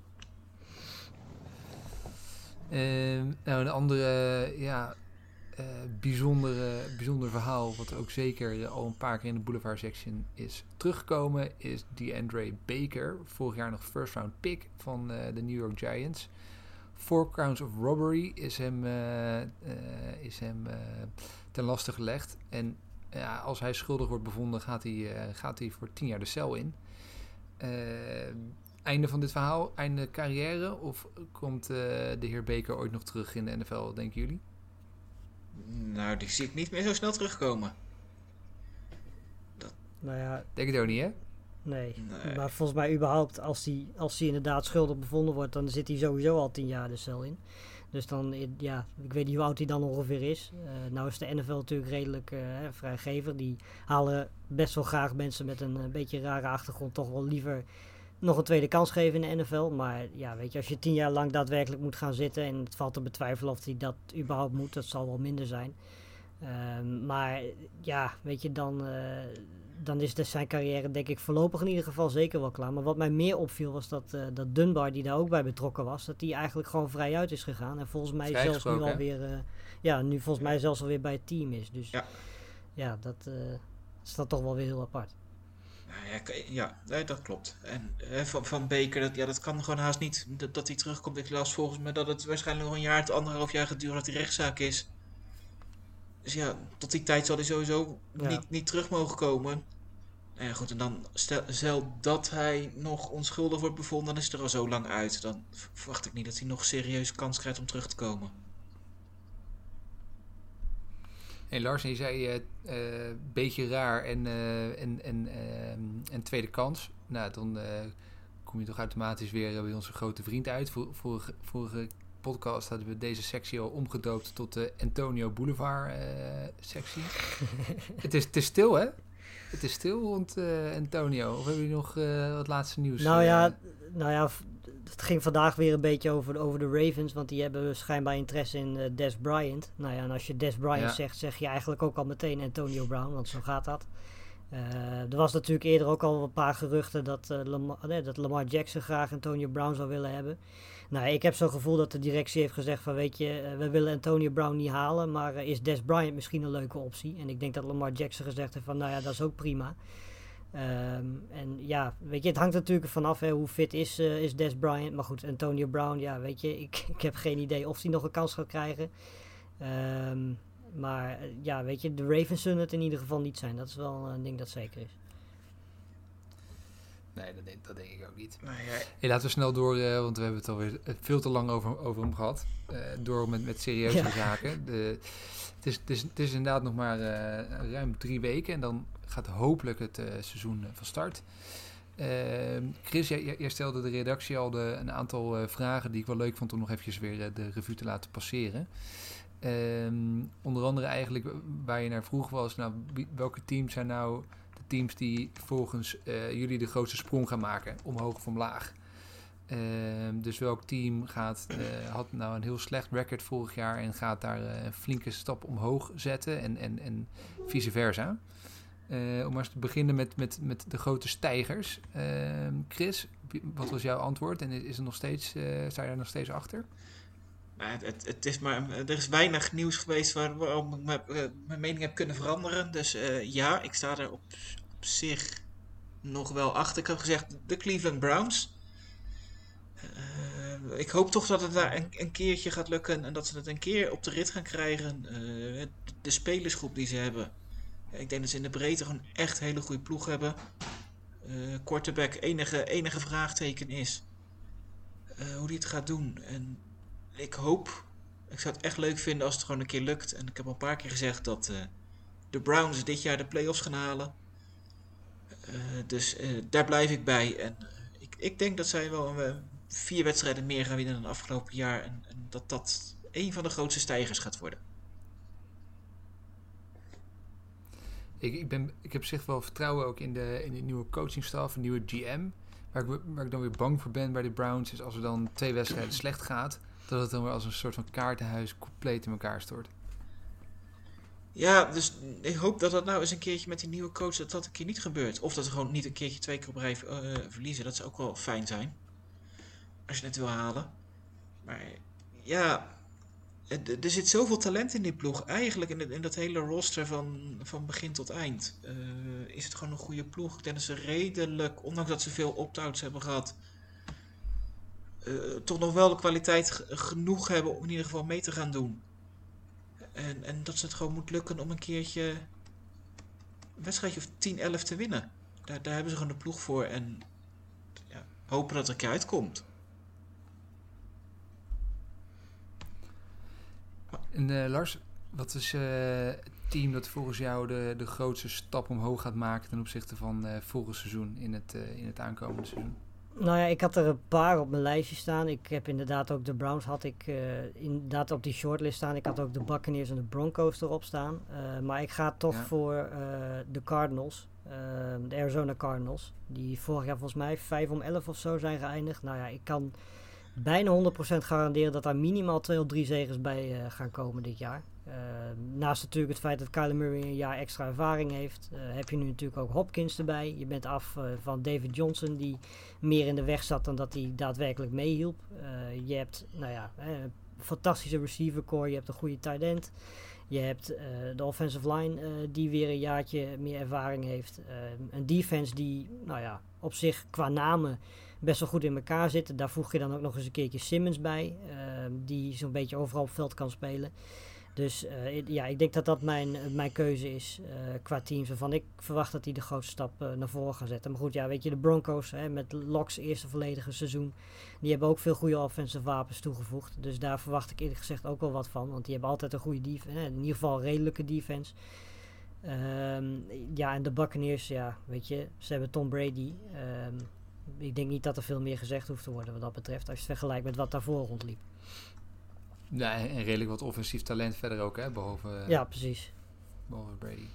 Uh, nou, een andere, uh, ja... Uh, bijzondere, bijzonder verhaal, wat ook zeker uh, al een paar keer in de Boulevard section is teruggekomen, is DeAndre Baker. Vorig jaar nog first round pick van uh, de New York Giants. Four counts of robbery is hem, uh, uh, is hem uh, ten laste gelegd. En uh, als hij schuldig wordt bevonden, gaat hij, uh, gaat hij voor tien jaar de cel in. Uh, einde van dit verhaal, einde carrière? Of komt uh, de heer Baker ooit nog terug in de N F L, denken jullie? Nou, die zie ik niet meer zo snel terugkomen. Nou ja, Denk het ook niet, hè? nee. Nee. Maar volgens mij überhaupt, als hij als hij inderdaad schuldig bevonden wordt, dan zit hij sowieso al tien jaar de cel in. Dus dan, ja, ik weet niet hoe oud hij dan ongeveer is. Uh, nou is de N F L natuurlijk redelijk uh, vrijgever. Die halen best wel graag mensen met een, een beetje rare achtergrond toch wel liever nog een tweede kans geven in de N F L. Maar ja, weet je, als je tien jaar lang daadwerkelijk moet gaan zitten, en het valt te betwijfelen of hij dat überhaupt moet, dat zal wel minder zijn. Uh, maar ja, weet je, dan... Uh, dan is dus zijn carrière denk ik voorlopig in ieder geval zeker wel klaar. Maar wat mij meer opviel was dat, uh, dat Dunbar, die daar ook bij betrokken was, dat die eigenlijk gewoon vrij uit is gegaan. En volgens mij zelfs nu alweer, uh, ja, nu volgens mij zelfs alweer bij het team is. Dus ja, ja dat uh, is dan toch wel weer heel apart. Nou ja, ja, dat klopt. En hè, van, van Baker, dat, ja, dat kan gewoon haast niet dat, dat hij terugkomt. Ik las volgens mij dat het waarschijnlijk nog een jaar tot anderhalf jaar gaat duren dat die rechtszaak is. Dus ja, tot die tijd zal hij sowieso ja. niet, niet terug mogen komen. Nou ja, goed, en dan stel, stel dat hij nog onschuldig wordt bevonden, dan is het er al zo lang uit. Dan verwacht ik niet dat hij nog serieus kans krijgt om terug te komen. Hey Lars, je zei een uh, uh, beetje raar en, uh, en, en, uh, en tweede kans. Nou, dan uh, kom je toch automatisch weer bij onze grote vriend uit. Vorige, vorige podcast hadden we deze sectie al omgedoopt tot de Antonio Boulevard uh, sectie. het, is, het is stil, hè? Het is stil rond uh, Antonio. Of hebben jullie nog uh, wat laatste nieuws? Nou ja, uh, nou ja, het ging vandaag weer een beetje over, over de Ravens. Want die hebben schijnbaar interesse in uh, Dez Bryant. Nou ja, en als je Dez Bryant ja. zegt, zeg je eigenlijk ook al meteen Antonio Brown. Want zo gaat dat. Uh, er was natuurlijk eerder ook al een paar geruchten dat, uh, Lamar, nee, dat Lamar Jackson graag Antonio Brown zou willen hebben. Nou, ik heb zo'n gevoel dat de directie heeft gezegd van, weet je, uh, we willen Antonio Brown niet halen, maar uh, is Dez Bryant misschien een leuke optie? En ik denk dat Lamar Jackson gezegd heeft van, nou ja, dat is ook prima. Um, en ja, weet je, het hangt natuurlijk vanaf hè, hoe fit is, uh, is Dez Bryant. Maar goed, Antonio Brown, ja, weet je, ik, ik heb geen idee of hij nog een kans gaat krijgen. Um, maar uh, ja, weet je, de Ravens zullen het in ieder geval niet zijn. Dat is wel een ding dat zeker is. Nee, dat denk, dat denk ik ook niet. Nee, hey, laten we snel door, uh, want we hebben het alweer veel te lang over, over hem gehad. Uh, door met, met serieuze ja. zaken. De, het, is, het, is, het is inderdaad nog maar uh, ruim drie weken en dan gaat hopelijk het uh, seizoen uh, van start. Uh, Chris, jij, jij stelde de redactie al de, een aantal uh, vragen die ik wel leuk vond om nog eventjes weer uh, de revue te laten passeren. Uh, onder andere eigenlijk waar je naar vroeg was, nou, welke teams zijn nou de teams die volgens uh, jullie de grootste sprong gaan maken, omhoog of omlaag? Uh, dus welk team gaat, uh, had nou een heel slecht record vorig jaar en gaat daar uh, een flinke stap omhoog zetten en, en, en vice versa? Uh, om maar eens te beginnen met, met, met de grote stijgers. Uh, Chris, wat was jouw antwoord? En is er nog steeds, uh, sta je er nog steeds achter? Nou, het, het, het is maar, er is weinig nieuws geweest waar, waarom ik mijn, uh, mijn mening heb kunnen veranderen. Dus uh, ja, ik sta er op, op zich nog wel achter. Ik heb gezegd de Cleveland Browns. Uh, ik hoop toch dat het daar een, een keertje gaat lukken en dat ze het een keer op de rit gaan krijgen. Uh, de spelersgroep die ze hebben. Ik denk dat ze in de breedte gewoon echt een hele goede ploeg hebben. Uh, quarterback enige, enige vraagteken is uh, hoe die het gaat doen. En ik hoop, ik zou het echt leuk vinden als het gewoon een keer lukt. En ik heb al een paar keer gezegd dat uh, de Browns dit jaar de playoffs gaan halen. Uh, dus uh, daar blijf ik bij. En uh, ik, ik denk dat zij wel uh, vier wedstrijden meer gaan winnen dan het afgelopen jaar. En, en dat dat een van de grootste stijgers gaat worden. Ik, ik, ben, ik heb zich wel vertrouwen ook in de, in de nieuwe coachingstaf, een nieuwe G M. Waar ik, waar ik dan weer bang voor ben bij de Browns is als er dan twee wedstrijden slecht gaat, dat het dan weer als een soort van kaartenhuis compleet in elkaar stort. Ja, dus ik hoop dat dat nou eens een keertje met die nieuwe coach, dat dat een keer niet gebeurt. Of dat ze gewoon niet een keertje twee keer op rij uh, verliezen. Dat zou ook wel fijn zijn. Als je het wil halen. Maar ja, er zit zoveel talent in die ploeg. Eigenlijk in, de, in dat hele roster van, van begin tot eind. Uh, is het gewoon een goede ploeg. Ik denk dat ze redelijk, ondanks dat ze veel opt-outs hebben gehad, uh, toch nog wel de kwaliteit g- genoeg hebben om in ieder geval mee te gaan doen. En, en dat ze het gewoon moet lukken om een keertje een wedstrijdje of tien, elf te winnen. Daar, daar hebben ze gewoon de ploeg voor. En ja, hopen dat er een keer uitkomt. En uh, Lars, Wat is uh, het team dat volgens jou de, de grootste stap omhoog gaat maken ten opzichte van uh, vorig seizoen in het, uh, in het aankomende seizoen? Nou ja, ik had er een paar op mijn lijstje staan. Ik heb inderdaad ook de Browns had ik uh, inderdaad op die shortlist staan. Ik had ook de Buccaneers en de Broncos erop staan. Uh, maar ik ga toch ja. voor uh, de Cardinals. Uh, de Arizona Cardinals. Die vorig jaar volgens mij vijf om elf of zo zijn geëindigd. Nou ja, ik kan bijna honderd procent garanderen dat daar minimaal twee of drie zegens bij uh, gaan komen dit jaar. Uh, naast natuurlijk het feit dat Kyler Murray een jaar extra ervaring heeft, uh, heb je nu natuurlijk ook Hopkins erbij. Je bent af uh, van David Johnson, die meer in de weg zat dan dat hij daadwerkelijk meehielp. Uh, je hebt, nou ja, een fantastische receiver core, je hebt een goede tight end. Je hebt uh, de offensive line uh, die weer een jaartje meer ervaring heeft. Uh, een defense die, nou ja, op zich qua namen best wel goed in elkaar zit. Daar voeg je dan ook nog eens een keertje Simmons bij, uh, die zo'n beetje overal op veld kan spelen. Dus uh, ja, ik denk dat dat mijn, mijn keuze is uh, qua teams. Waarvan ik verwacht dat die de grootste stap uh, naar voren gaan zetten. Maar goed, ja, weet je, de Broncos hè, met Locke's eerste volledige seizoen. Die hebben ook veel goede offensive wapens toegevoegd. Dus daar verwacht ik eerlijk gezegd ook wel wat van. Want die hebben altijd een goede defense. In ieder geval een redelijke defense. Um, ja, en de Buccaneers, ja, weet je, ze hebben Tom Brady. Um, ik denk niet dat er veel meer gezegd hoeft te worden wat dat betreft. Als je het vergelijkt met wat daarvoor rondliep. Ja, en redelijk wat offensief talent verder ook, hè, behalve, ja, precies. behalve Brady.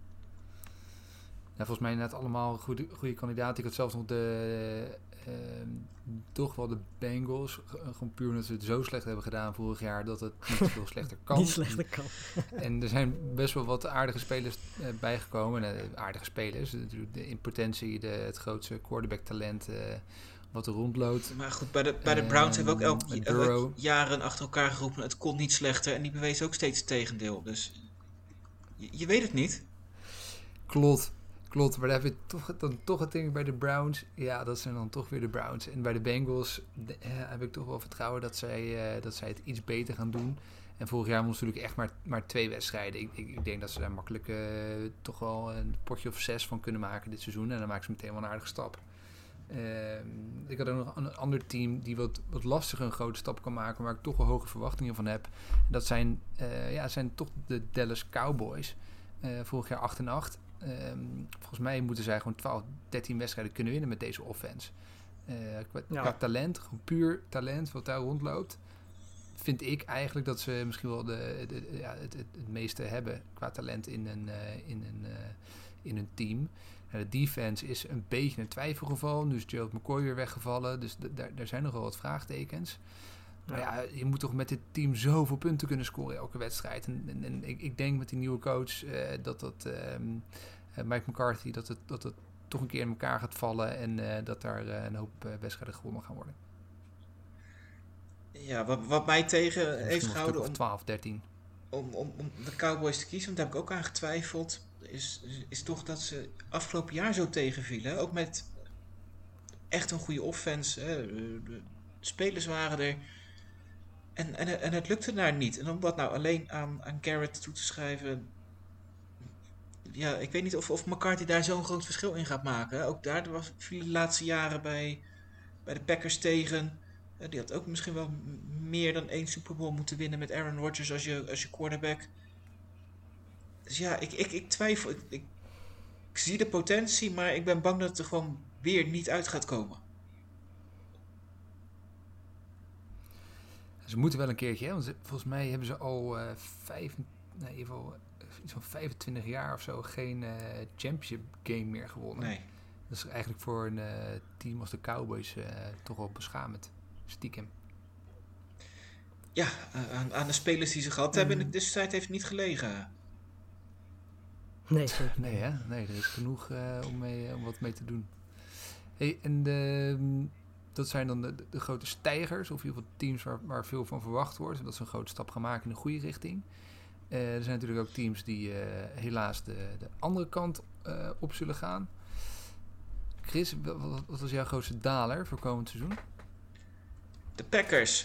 Ja, volgens mij inderdaad allemaal goede, goede kandidaten. Ik had zelfs nog de, uh, toch wel de Bengals, gewoon puur omdat ze het zo slecht hebben gedaan vorig jaar, dat het niet veel slechter kan. Niet slechter kan. En er zijn best wel wat aardige spelers uh, bijgekomen. Uh, aardige spelers, natuurlijk de, in potentie de, het grootste quarterback talent uh, wat er rondloopt. Maar goed, bij de, bij de Browns um, hebben we ook elk, elk jaren achter elkaar geroepen, het kon niet slechter. En die bewezen ook steeds het tegendeel. Dus je, je weet het niet. Klopt, klopt. Maar daar heb je toch, dan toch het ding bij de Browns. Ja, dat zijn dan toch weer de Browns. En bij de Bengals de, uh, heb ik toch wel vertrouwen dat zij, uh, dat zij het iets beter gaan doen. En vorig jaar moest natuurlijk echt maar, maar twee wedstrijden. Ik, ik, ik denk dat ze daar makkelijk uh, toch wel een potje of zes van kunnen maken dit seizoen. En dan maken ze meteen wel een aardige stap. Uh, ik had ook nog een ander team die wat, wat lastiger een grote stap kan maken, waar ik toch wel hoge verwachtingen van heb. En dat zijn, uh, ja, zijn toch de Dallas Cowboys. Uh, vorig jaar acht en acht. Uh, volgens mij moeten zij gewoon twaalf, dertien wedstrijden kunnen winnen met deze offense. Uh, qua, ja. qua talent, gewoon puur talent wat daar rondloopt, vind ik eigenlijk dat ze misschien wel de, de, de, ja, het, het, het meeste hebben qua talent in een, uh, in een, uh, in een team. De defense is een beetje een twijfelgeval. Nu is Gerald McCoy weer weggevallen. Dus d- daar, daar zijn nog wel wat vraagtekens. Ja. Maar ja, je moet toch met dit team zoveel punten kunnen scoren elke wedstrijd. En, en, en ik, ik denk met die nieuwe coach uh, dat dat um, uh, Mike McCarthy dat het, dat het toch een keer in elkaar gaat vallen. En uh, dat daar uh, een hoop uh, wedstrijden gewonnen gaan worden. Ja, wat, wat mij tegen ja, heeft gehouden om twaalf, dertien Om, om, om de Cowboys te kiezen, want daar heb ik ook aan getwijfeld. Is, is toch dat ze afgelopen jaar zo tegenvielen. Ook met echt een goede offense. Hè. De spelers waren er. En, en, en het lukte daar niet. En om dat nou alleen aan, aan Garrett toe te schrijven. Ja, ik weet niet of, of McCarthy daar zo'n groot verschil in gaat maken. Ook daar was viel de laatste jaren bij, bij de Packers tegen. Die had ook misschien wel meer dan één Super Bowl moeten winnen met Aaron Rodgers als je, als je quarterback. Dus ja, ik, ik, ik twijfel. Ik, ik, ik zie de potentie, maar ik ben bang dat het er gewoon weer niet uit gaat komen. Ze moeten wel een keertje, hè? Want ze, volgens mij hebben ze al uh, vijf, nee, in ieder geval iets van vijfentwintig jaar of zo geen uh, championship game meer gewonnen. Nee. Dat is eigenlijk voor een uh, team als de Cowboys uh, toch wel beschamend. Stiekem. Ja, aan, aan de spelers die ze gehad mm. hebben in de tussentijd heeft het niet gelegen. Nee, zeker. Nee, hè? Nee, er is genoeg uh, om, mee, om wat mee te doen. Hey, en de, dat zijn dan de, de grote stijgers, of in ieder geval teams waar, waar veel van verwacht wordt, dat ze een grote stap gaan maken in de goede richting. Uh, er zijn natuurlijk ook teams die uh, helaas de, de andere kant uh, op zullen gaan. Chris, wat, wat was jouw grootste daler voor komend seizoen? De Packers.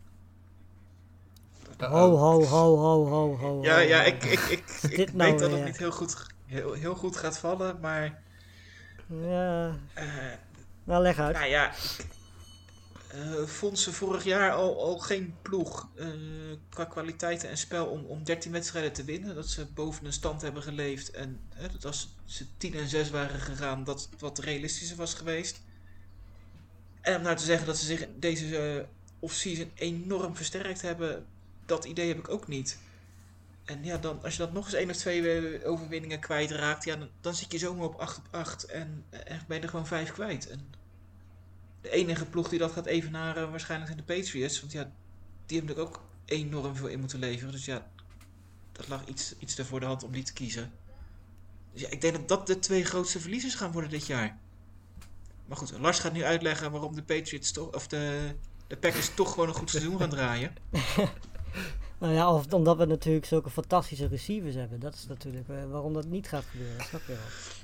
Ho, ho, ho, ho, ho, ho. Ja, ja, ik, ik, ik, ik weet nou, dat ja. het niet heel goed, heel, heel goed gaat vallen, maar... Ja, Uh, nou leg uit. nou ja, ik, Uh, vond ze vorig jaar al, al geen ploeg uh, qua kwaliteiten en spel om, om dertien wedstrijden te winnen. Dat ze boven een stand hebben geleefd. En uh, dat als ze tien en zes waren gegaan, dat het wat realistischer was geweest. En om nou te zeggen dat ze zich deze uh, off-season enorm versterkt hebben, dat idee heb ik ook niet. En ja, dan, als je dat nog eens één of twee overwinningen kwijtraakt, ja, dan, dan zit je zomaar op acht op acht en, en ben je er gewoon vijf kwijt. En de enige ploeg die dat gaat evenaren waarschijnlijk zijn de Patriots. Want ja, die hebben er ook enorm veel in moeten leveren. Dus ja, dat lag iets, iets te voor de hand om die te kiezen. Dus ja, ik denk dat dat de twee grootste verliezers gaan worden dit jaar. Maar goed, Lars gaat nu uitleggen waarom de Patriots toch, of de, de Packers toch gewoon een goed seizoen gaan draaien. Nou ja, of omdat we natuurlijk zulke fantastische receivers hebben. Dat is natuurlijk uh, waarom dat niet gaat gebeuren. Dat snap je wel.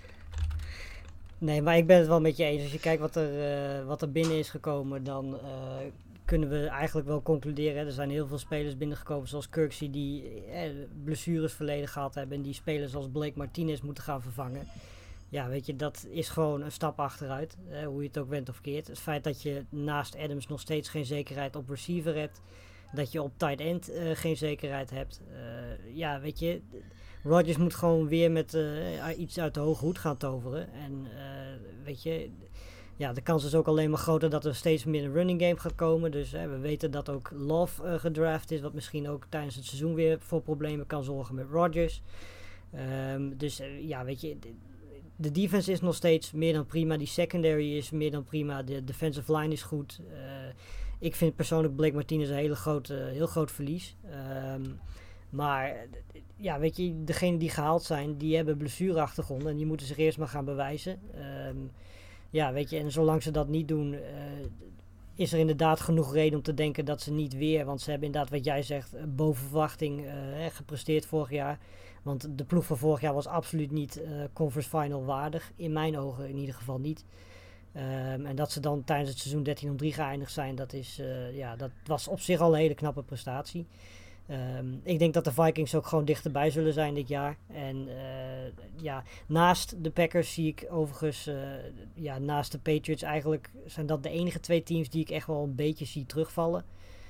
Nee, maar ik ben het wel met je eens. Als je kijkt wat er, uh, wat er binnen is gekomen, dan uh, kunnen we eigenlijk wel concluderen. Hè. Er zijn heel veel spelers binnengekomen, zoals Kirksey, die eh, blessures verleden gehad hebben. En die spelers als Blake Martinez moeten gaan vervangen. Ja, weet je, dat is gewoon een stap achteruit. Hè, hoe je het ook went of keert. Het feit dat je naast Adams nog steeds geen zekerheid op receiver hebt. Dat je op tight end uh, geen zekerheid hebt. Uh, ja, weet je, Rodgers moet gewoon weer met uh, iets uit de hoge hoed gaan toveren. En uh, weet je, ja, de kans is ook alleen maar groter dat er steeds meer een running game gaat komen. Dus uh, we weten dat ook Love uh, gedraft is, wat misschien ook tijdens het seizoen weer voor problemen kan zorgen met Rodgers. Um, dus uh, ja, weet je, de, de defense is nog steeds meer dan prima. Die secondary is meer dan prima. De defensive line is goed. Uh, Ik vind persoonlijk Blake Martinez een hele grote, heel groot verlies. Um, maar ja, weet je, degenen die gehaald zijn, die hebben blessureachtergronden en die moeten zich eerst maar gaan bewijzen. Um, ja, weet je, en zolang ze dat niet doen, uh, is er inderdaad genoeg reden om te denken dat ze niet weer, want ze hebben inderdaad wat jij zegt, boven verwachting uh, gepresteerd vorig jaar. Want de ploeg van vorig jaar was absoluut niet uh, conference final waardig, in mijn ogen in ieder geval niet. Um, en dat ze dan tijdens het seizoen dertien om drie geëindigd zijn, dat, is, uh, ja, dat was op zich al een hele knappe prestatie. Um, ik denk dat de Vikings ook gewoon dichterbij zullen zijn dit jaar. En uh, ja, naast de Packers zie ik overigens, uh, ja, naast de Patriots eigenlijk zijn dat de enige twee teams die ik echt wel een beetje zie terugvallen.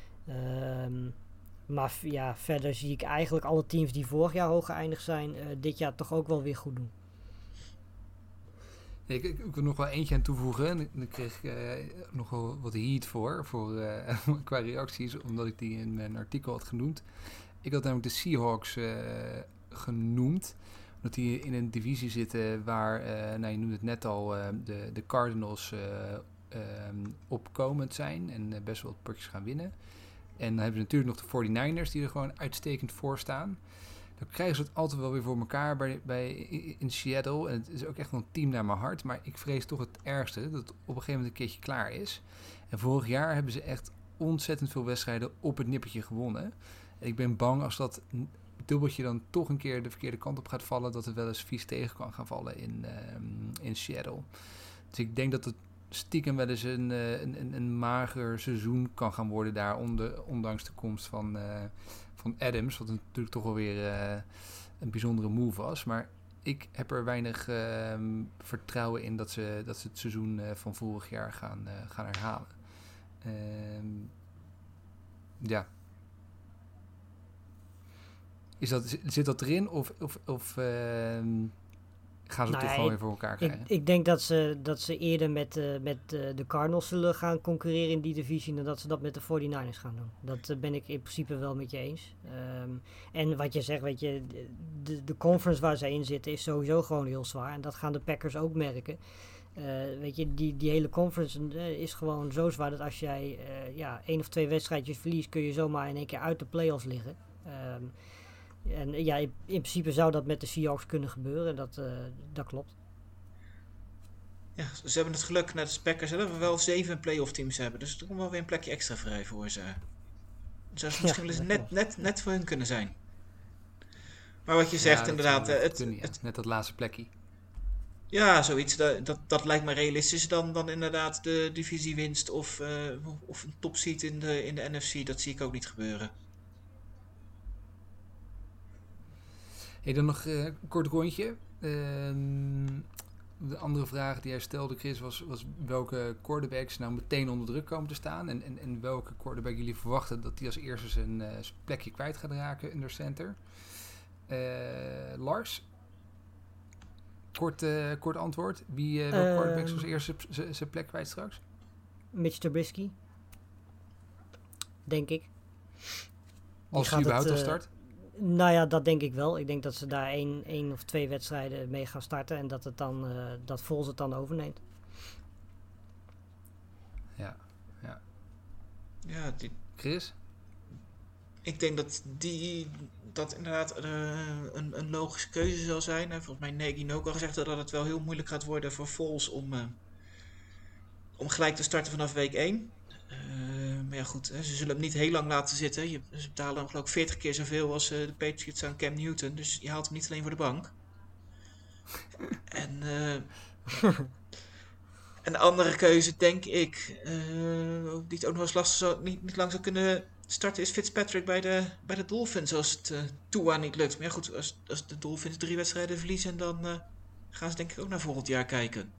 Um, maar f- ja, verder zie ik eigenlijk alle teams die vorig jaar hoog geëindigd zijn, uh, dit jaar toch ook wel weer goed doen. Ik, ik, ik wil nog wel eentje aan toevoegen. En daar kreeg ik uh, nog wel wat heat voor, voor uh, qua reacties, omdat ik die in mijn artikel had genoemd. Ik had namelijk de Seahawks uh, genoemd, omdat die in een divisie zitten waar, uh, nou je noemde het net al, uh, de, de Cardinals uh, um, opkomend zijn en uh, best wel wat potjes gaan winnen. En dan hebben ze natuurlijk nog de forty-niners die er gewoon uitstekend voor staan. Dan krijgen ze het altijd wel weer voor elkaar bij, bij, in Seattle. En het is ook echt wel een team naar mijn hart. Maar ik vrees toch het ergste, dat het op een gegeven moment een keertje klaar is. En vorig jaar hebben ze echt ontzettend veel wedstrijden op het nippertje gewonnen. En ik ben bang als dat dubbeltje dan toch een keer de verkeerde kant op gaat vallen, dat het wel eens vies tegen kan gaan vallen in, um, in Seattle. Dus ik denk dat het stiekem wel eens een, een, een, een mager seizoen kan gaan worden daar, onder, ondanks de komst van... Uh, van Adams, wat natuurlijk toch wel weer uh, een bijzondere move was. Maar ik heb er weinig uh, vertrouwen in dat ze, dat ze het seizoen uh, van vorig jaar gaan, uh, gaan herhalen. Uh, ja. Is dat, zit dat erin of, of, of uh, gaan ze het nou, toch ik, gewoon weer voor elkaar krijgen? Ik, ik denk dat ze, dat ze eerder met, uh, met uh, de Cardinals zullen gaan concurreren in die divisie dan dat ze dat met de forty-niners gaan doen. Dat uh, ben ik in principe wel met je eens. Um, en wat je zegt, weet je, de, de conference waar zij in zitten is sowieso gewoon heel zwaar. En dat gaan de Packers ook merken. Uh, weet je, die, die hele conference uh, is gewoon zo zwaar dat als jij uh, ja, één of twee wedstrijdjes verliest, kun je zomaar in één keer uit de playoffs liggen. Um, En ja, in, in principe zou dat met de Seahawks kunnen gebeuren. Dat, uh, dat klopt. Ja, ze hebben het geluk, net als Packers, dat we wel zeven playoff teams hebben. Dus er komt wel weer een plekje extra vrij voor ze. Dus dat zou misschien ja, wel eens net, net, net voor hun kunnen zijn. Maar wat je zegt, ja, inderdaad... Het, kunnen, ja. het, net dat laatste plekje. Ja, zoiets. Dat, dat, dat lijkt me realistischer dan, dan inderdaad de divisiewinst of, uh, of een topseed in de, in de N F C. Dat zie ik ook niet gebeuren. Hey, dan nog uh, een kort rondje. Uh, de andere vraag die hij stelde, Chris, was, was welke quarterbacks nou meteen onder druk komen te staan. En, en, en welke quarterback jullie verwachten dat die als eerste zijn, uh, zijn plekje kwijt gaat raken in de center. Uh, Lars? Kort, uh, kort antwoord. Wie uh, welke um, quarterbacks als eerste zijn plek kwijt straks? Mitch Trubisky. Denk ik. Als hij überhaupt al uh, start? Nou ja, dat denk ik wel. Ik denk dat ze daar één, één of twee wedstrijden mee gaan starten en dat het dan uh, dat Foles het dan overneemt. Ja, ja. Ja, die... Chris? Ik denk dat die dat inderdaad uh, een, een logische keuze zal zijn. En volgens mij Nagy ook al gezegd dat het wel heel moeilijk gaat worden voor Foles om, uh, om gelijk te starten vanaf week één. Uh, maar ja goed, hè, ze zullen hem niet heel lang laten zitten. Je, ze betalen hem geloof ik veertig keer zoveel als uh, de Patriots aan Cam Newton. Dus je haalt hem niet alleen voor de bank. en, uh, en de andere keuze denk ik, uh, die het ook nog eens lastig zou, niet, niet lang zou kunnen starten, is Fitzpatrick bij de, bij de Dolphins als het uh, Tua niet lukt. Maar ja goed, als, als de Dolphins drie wedstrijden verliezen, dan uh, gaan ze denk ik ook naar volgend jaar kijken.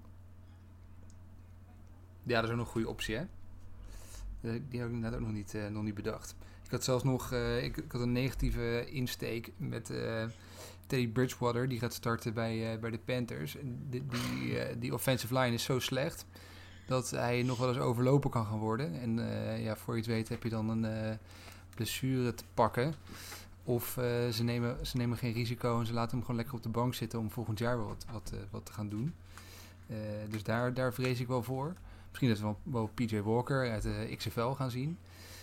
Ja, dat is ook nog een goede optie, hè? Die heb ik net ook nog niet, uh, nog niet bedacht. Ik had zelfs nog uh, ik, ik had een negatieve insteek met uh, Teddy Bridgewater. Die gaat starten bij, uh, bij de Panthers. Die, die, uh, die offensive line is zo slecht dat hij nog wel eens overlopen kan gaan worden. En uh, ja, voor je het weet heb je dan een uh, blessure te pakken. Of uh, ze, nemen, ze nemen geen risico en ze laten hem gewoon lekker op de bank zitten om volgend jaar wel wat, wat, uh, wat te gaan doen. Uh, dus daar, daar vrees ik wel voor. Misschien dat we wel, wel P J Walker uit de X F L gaan zien.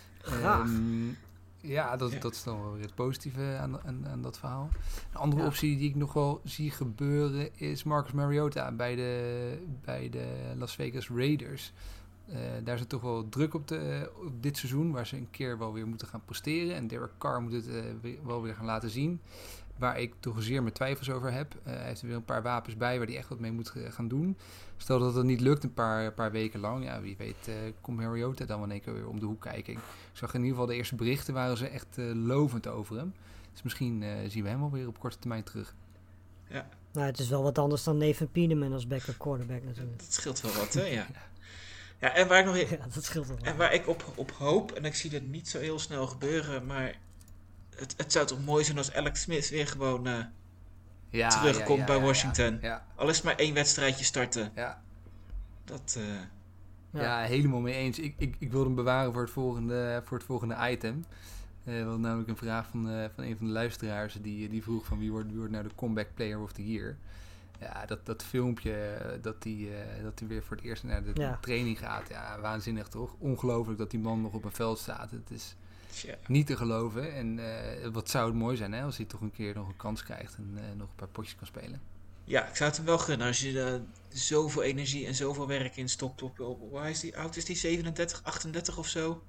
Um, ja, dat, ja, dat is dan wel weer het positieve aan, aan, aan dat verhaal. Een andere ja. optie die ik nog wel zie gebeuren is Marcus Mariota bij de, bij de Las Vegas Raiders. Uh, daar is het toch wel druk op, de, op dit seizoen, waar ze een keer wel weer moeten gaan presteren. En Derek Carr moet het uh, weer, wel weer gaan laten zien. Waar ik toch zeer mijn twijfels over heb. Uh, hij heeft er weer een paar wapens bij waar hij echt wat mee moet uh, gaan doen. Stel dat het niet lukt een paar, paar weken lang. Ja, wie weet uh, komt Mariota dan wel in één keer weer om de hoek kijken. Ik zag in ieder geval de eerste berichten waren ze echt uh, lovend over hem. Dus misschien uh, zien we hem alweer op korte termijn terug. Ja. Nou, het is wel wat anders dan Nathan Peterman als backup quarterback natuurlijk. Dat scheelt wel wat, hè? Ja. Ja, en waar ik nog in, ja, dat scheelt wel. En waar ik op, op hoop, en ik zie dit niet zo heel snel gebeuren, maar het, het zou toch mooi zijn als Alex Smith weer gewoon uh, ja, terugkomt ja, ja, bij ja, Washington. Ja, ja. Al is het maar één wedstrijdje starten. Ja. Dat, uh... ja. ja, helemaal mee eens. Ik, ik, ik wil hem bewaren voor het volgende, voor het volgende item. Uh, we hadden namelijk een vraag van, uh, van een van de luisteraars die, die vroeg van wie wordt, wie wordt nou de comeback player of the year. Ja, dat, dat filmpje dat hij uh, dat hij weer voor het eerst naar de ja. training gaat. Ja, waanzinnig toch? Ongelooflijk dat die man nog op een veld staat. Het is ja. niet te geloven. En uh, wat zou het mooi zijn hè, als hij toch een keer nog een kans krijgt en uh, nog een paar potjes kan spelen. Ja, ik zou het hem wel gunnen. Als je uh, zoveel energie en zoveel werk in stopt op, op waar is die, oud is die zevenendertig, achtendertig of zo?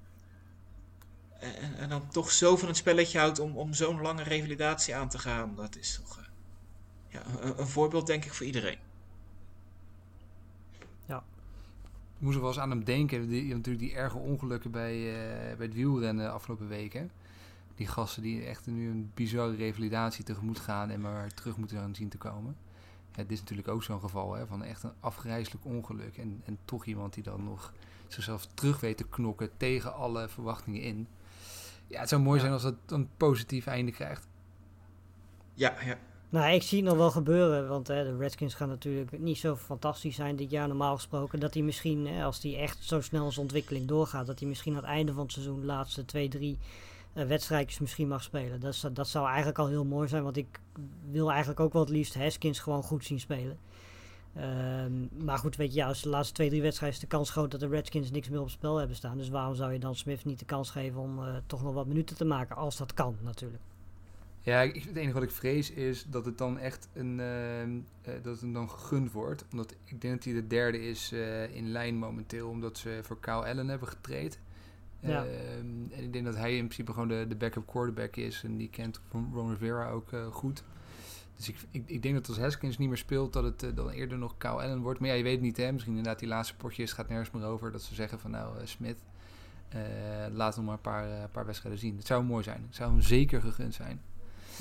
En, en dan toch zo van het spelletje houdt om, om zo'n lange revalidatie aan te gaan. Dat is toch... Uh, Ja, een, een voorbeeld denk ik voor iedereen. Ja. Ik moest er wel eens aan hem denken. Die, natuurlijk die erge ongelukken bij, uh, bij het wielrennen afgelopen weken. Die gasten die echt nu een bizarre revalidatie tegemoet gaan en maar terug moeten gaan zien te komen. Ja, dit is natuurlijk ook zo'n geval hè, van echt een afgrijselijk ongeluk. En, en toch iemand die dan nog zichzelf terug weet te knokken tegen alle verwachtingen in. Ja, het zou mooi ja. zijn als het een positief einde krijgt. Ja, ja. Nou, ik zie het nog wel gebeuren, want hè, de Redskins gaan natuurlijk niet zo fantastisch zijn dit jaar normaal gesproken. Dat hij misschien, hè, als hij echt zo snel zijn ontwikkeling doorgaat, dat hij misschien aan het einde van het seizoen de laatste twee, drie uh, wedstrijdjes misschien mag spelen. Dat, is, dat zou eigenlijk al heel mooi zijn, want ik wil eigenlijk ook wel het liefst Haskins gewoon goed zien spelen. Um, maar goed, weet je, ja, als de laatste twee, drie wedstrijden is de kans groot dat de Redskins niks meer op het spel hebben staan. Dus waarom zou je dan Smith niet de kans geven om uh, toch nog wat minuten te maken, als dat kan natuurlijk. Ja, ik, het enige wat ik vrees is dat het dan echt een uh, uh, dat het hem dan gegund wordt. Omdat ik denk dat hij de derde is uh, in lijn momenteel, omdat ze voor Kyle Allen hebben getraind. Ja. Uh, en ik denk dat hij in principe gewoon de, de backup quarterback is en die kent Ron Rivera ook uh, goed. Dus ik, ik, ik denk dat als Haskins niet meer speelt, dat het uh, dan eerder nog Kyle Allen wordt. Maar ja, je weet niet hè, misschien inderdaad die laatste potjes gaat nergens meer over. Dat ze zeggen van nou uh, Smith, uh, laat hem maar een paar, uh, paar wedstrijden zien. Het zou mooi zijn. Het zou hem zeker gegund zijn.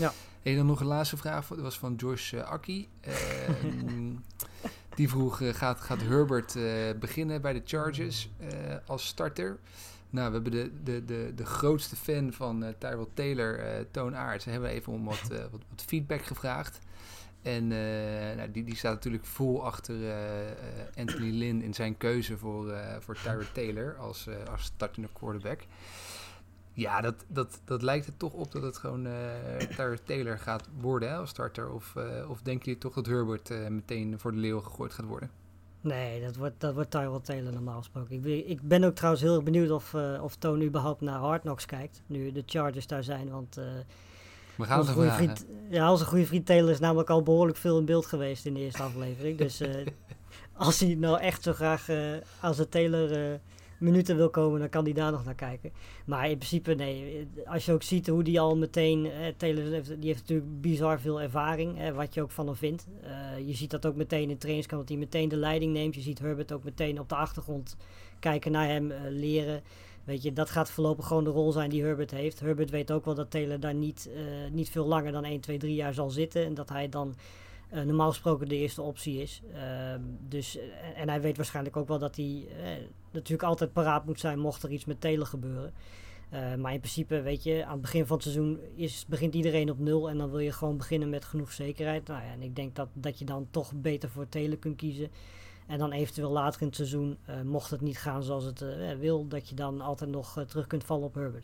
Ja. En dan nog een laatste vraag, dat was van Josh uh, Aki. Uh, die vroeg, uh, gaat, gaat Herbert uh, beginnen bij de Chargers uh, als starter? Nou, we hebben de, de, de, de grootste fan van uh, Tyrod Taylor, uh, Toon Aerts. Ze hebben even om wat, uh, wat, wat feedback gevraagd. En uh, nou, die, die staat natuurlijk vol achter uh, uh, Anthony Lynn in zijn keuze voor, uh, voor Tyrod Taylor als, uh, als startende quarterback. Ja, dat, dat, dat lijkt er toch op dat het gewoon uh, Tyrod Taylor gaat worden hè, als starter. Of, uh, of denken jullie toch dat Herbert uh, meteen voor de leeuw gegooid gaat worden? Nee, dat wordt, dat wordt Tyrod Taylor normaal gesproken. Ik ben, ik ben ook trouwens heel erg benieuwd of, uh, of Toon überhaupt naar Hard Knocks kijkt. Nu de Chargers daar zijn, want... Uh, We gaan onze goede vriend, ja, onze goede vriend Taylor is namelijk al behoorlijk veel in beeld geweest in de eerste aflevering. Dus uh, als hij nou echt zo graag uh, als de Taylor uh, minuten wil komen, dan kan hij daar nog naar kijken. Maar in principe, nee, als je ook ziet hoe die al meteen... Uh, Taylor heeft, die heeft natuurlijk bizar veel ervaring, uh, wat je ook van hem vindt. Uh, je ziet dat ook meteen in trainingskamp, dat hij meteen de leiding neemt. Je ziet Herbert ook meteen op de achtergrond kijken naar hem, uh, leren... Weet je, dat gaat voorlopig gewoon de rol zijn die Herbert heeft. Herbert weet ook wel dat Taylor daar niet, uh, niet veel langer dan één, twee, drie jaar zal zitten. En dat hij dan uh, normaal gesproken de eerste optie is. Uh, dus, uh, en hij weet waarschijnlijk ook wel dat hij uh, natuurlijk altijd paraat moet zijn mocht er iets met Taylor gebeuren. Uh, maar in principe, weet je, aan het begin van het seizoen is, begint iedereen op nul. En dan wil je gewoon beginnen met genoeg zekerheid. Nou ja, en ik denk dat, dat je dan toch beter voor Taylor kunt kiezen. En dan eventueel later in het seizoen, uh, mocht het niet gaan zoals het uh, wil, dat je dan altijd nog uh, terug kunt vallen op Herbert.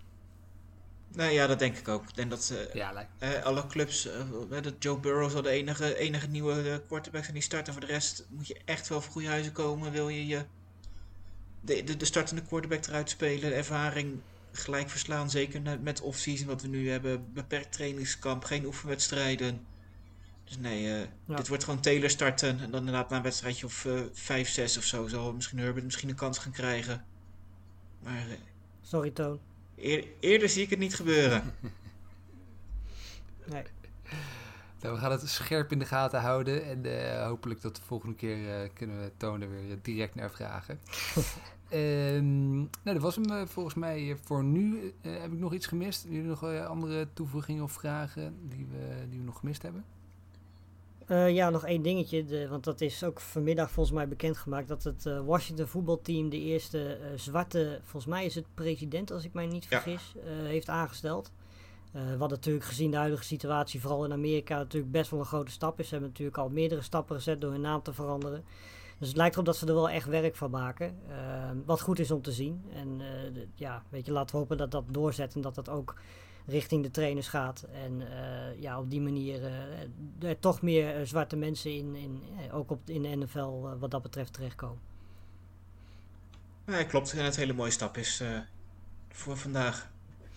Nou ja, dat denk ik ook. Ik denk dat uh, ja, like. uh, alle clubs, uh, dat Joe Burrow zal de enige, enige nieuwe uh, quarterback zijn die starten. Voor de rest moet je echt wel voor goede huizen komen. Wil je je de, de, de startende quarterback eruit spelen, de ervaring gelijk verslaan. Zeker met off-season wat we nu hebben. Beperkt trainingskamp, geen oefenwedstrijden. Dus nee, uh, ja. dit wordt gewoon Taylor starten. En dan inderdaad na een wedstrijdje of uh, vijf, zes of zo zal misschien Herbert misschien een kans gaan krijgen. Maar... Uh, Sorry, Toon. Eer, eerder zie ik het niet gebeuren. Nee. Nou, we gaan het scherp in de gaten houden. En uh, hopelijk dat de volgende keer uh, kunnen we Toon er weer direct naar vragen. um, nou, dat was hem uh, volgens mij voor nu. Uh, heb ik nog iets gemist? Hebben jullie nog uh, andere toevoegingen of vragen die we, die we nog gemist hebben? Uh, ja, nog één dingetje, de, want dat is ook vanmiddag volgens mij bekendgemaakt, dat het uh, Washington voetbalteam de eerste uh, zwarte, volgens mij is het president als ik mij niet vergis, ja. uh, heeft aangesteld. Uh, wat natuurlijk gezien de huidige situatie, vooral in Amerika, natuurlijk best wel een grote stap is. Ze hebben natuurlijk al meerdere stappen gezet door hun naam te veranderen. Dus het lijkt erop dat ze er wel echt werk van maken. Uh, wat goed is om te zien. En uh, de, ja, weet je, laten we hopen dat dat doorzet en dat dat ook richting de trainers gaat. En uh, ja, op die manier uh, er toch meer uh, zwarte mensen in, in, uh, ook op, in de N F L uh, wat dat betreft terechtkomen. Ja, klopt. En het een hele mooie stap is uh, voor vandaag.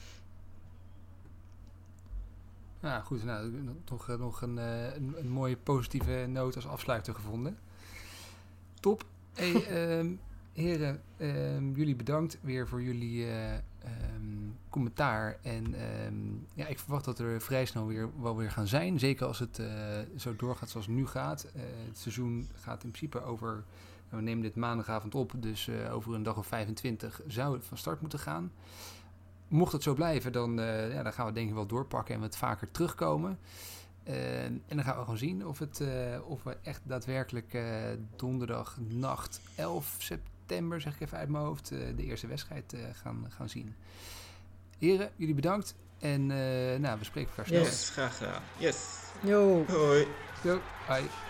Ja, goed. Nou, toch uh, nog een, uh, een, een mooie positieve noot als afsluiter gevonden. Top. Hey, um, heren, um, jullie bedankt weer voor jullie uh, um, commentaar. En um, ja, ik verwacht dat er vrij snel weer wel weer gaan zijn. Zeker als het uh, zo doorgaat zoals het nu gaat. Uh, het seizoen gaat in principe over... We nemen dit maandagavond op, dus uh, over een dag of vijfentwintig zou het van start moeten gaan. Mocht het zo blijven, dan, uh, ja, dan gaan we denk ik wel doorpakken en wat vaker terugkomen. Uh, en dan gaan we gewoon zien of, het, uh, of we echt daadwerkelijk uh, donderdag nacht elf september, zeg ik even uit mijn hoofd, uh, de eerste wedstrijd uh, gaan, gaan zien. Heren, jullie bedankt en uh, nou, we spreken elkaar snel. Yes, graag gedaan. Yes. Yo. Hoi. Yo, bye.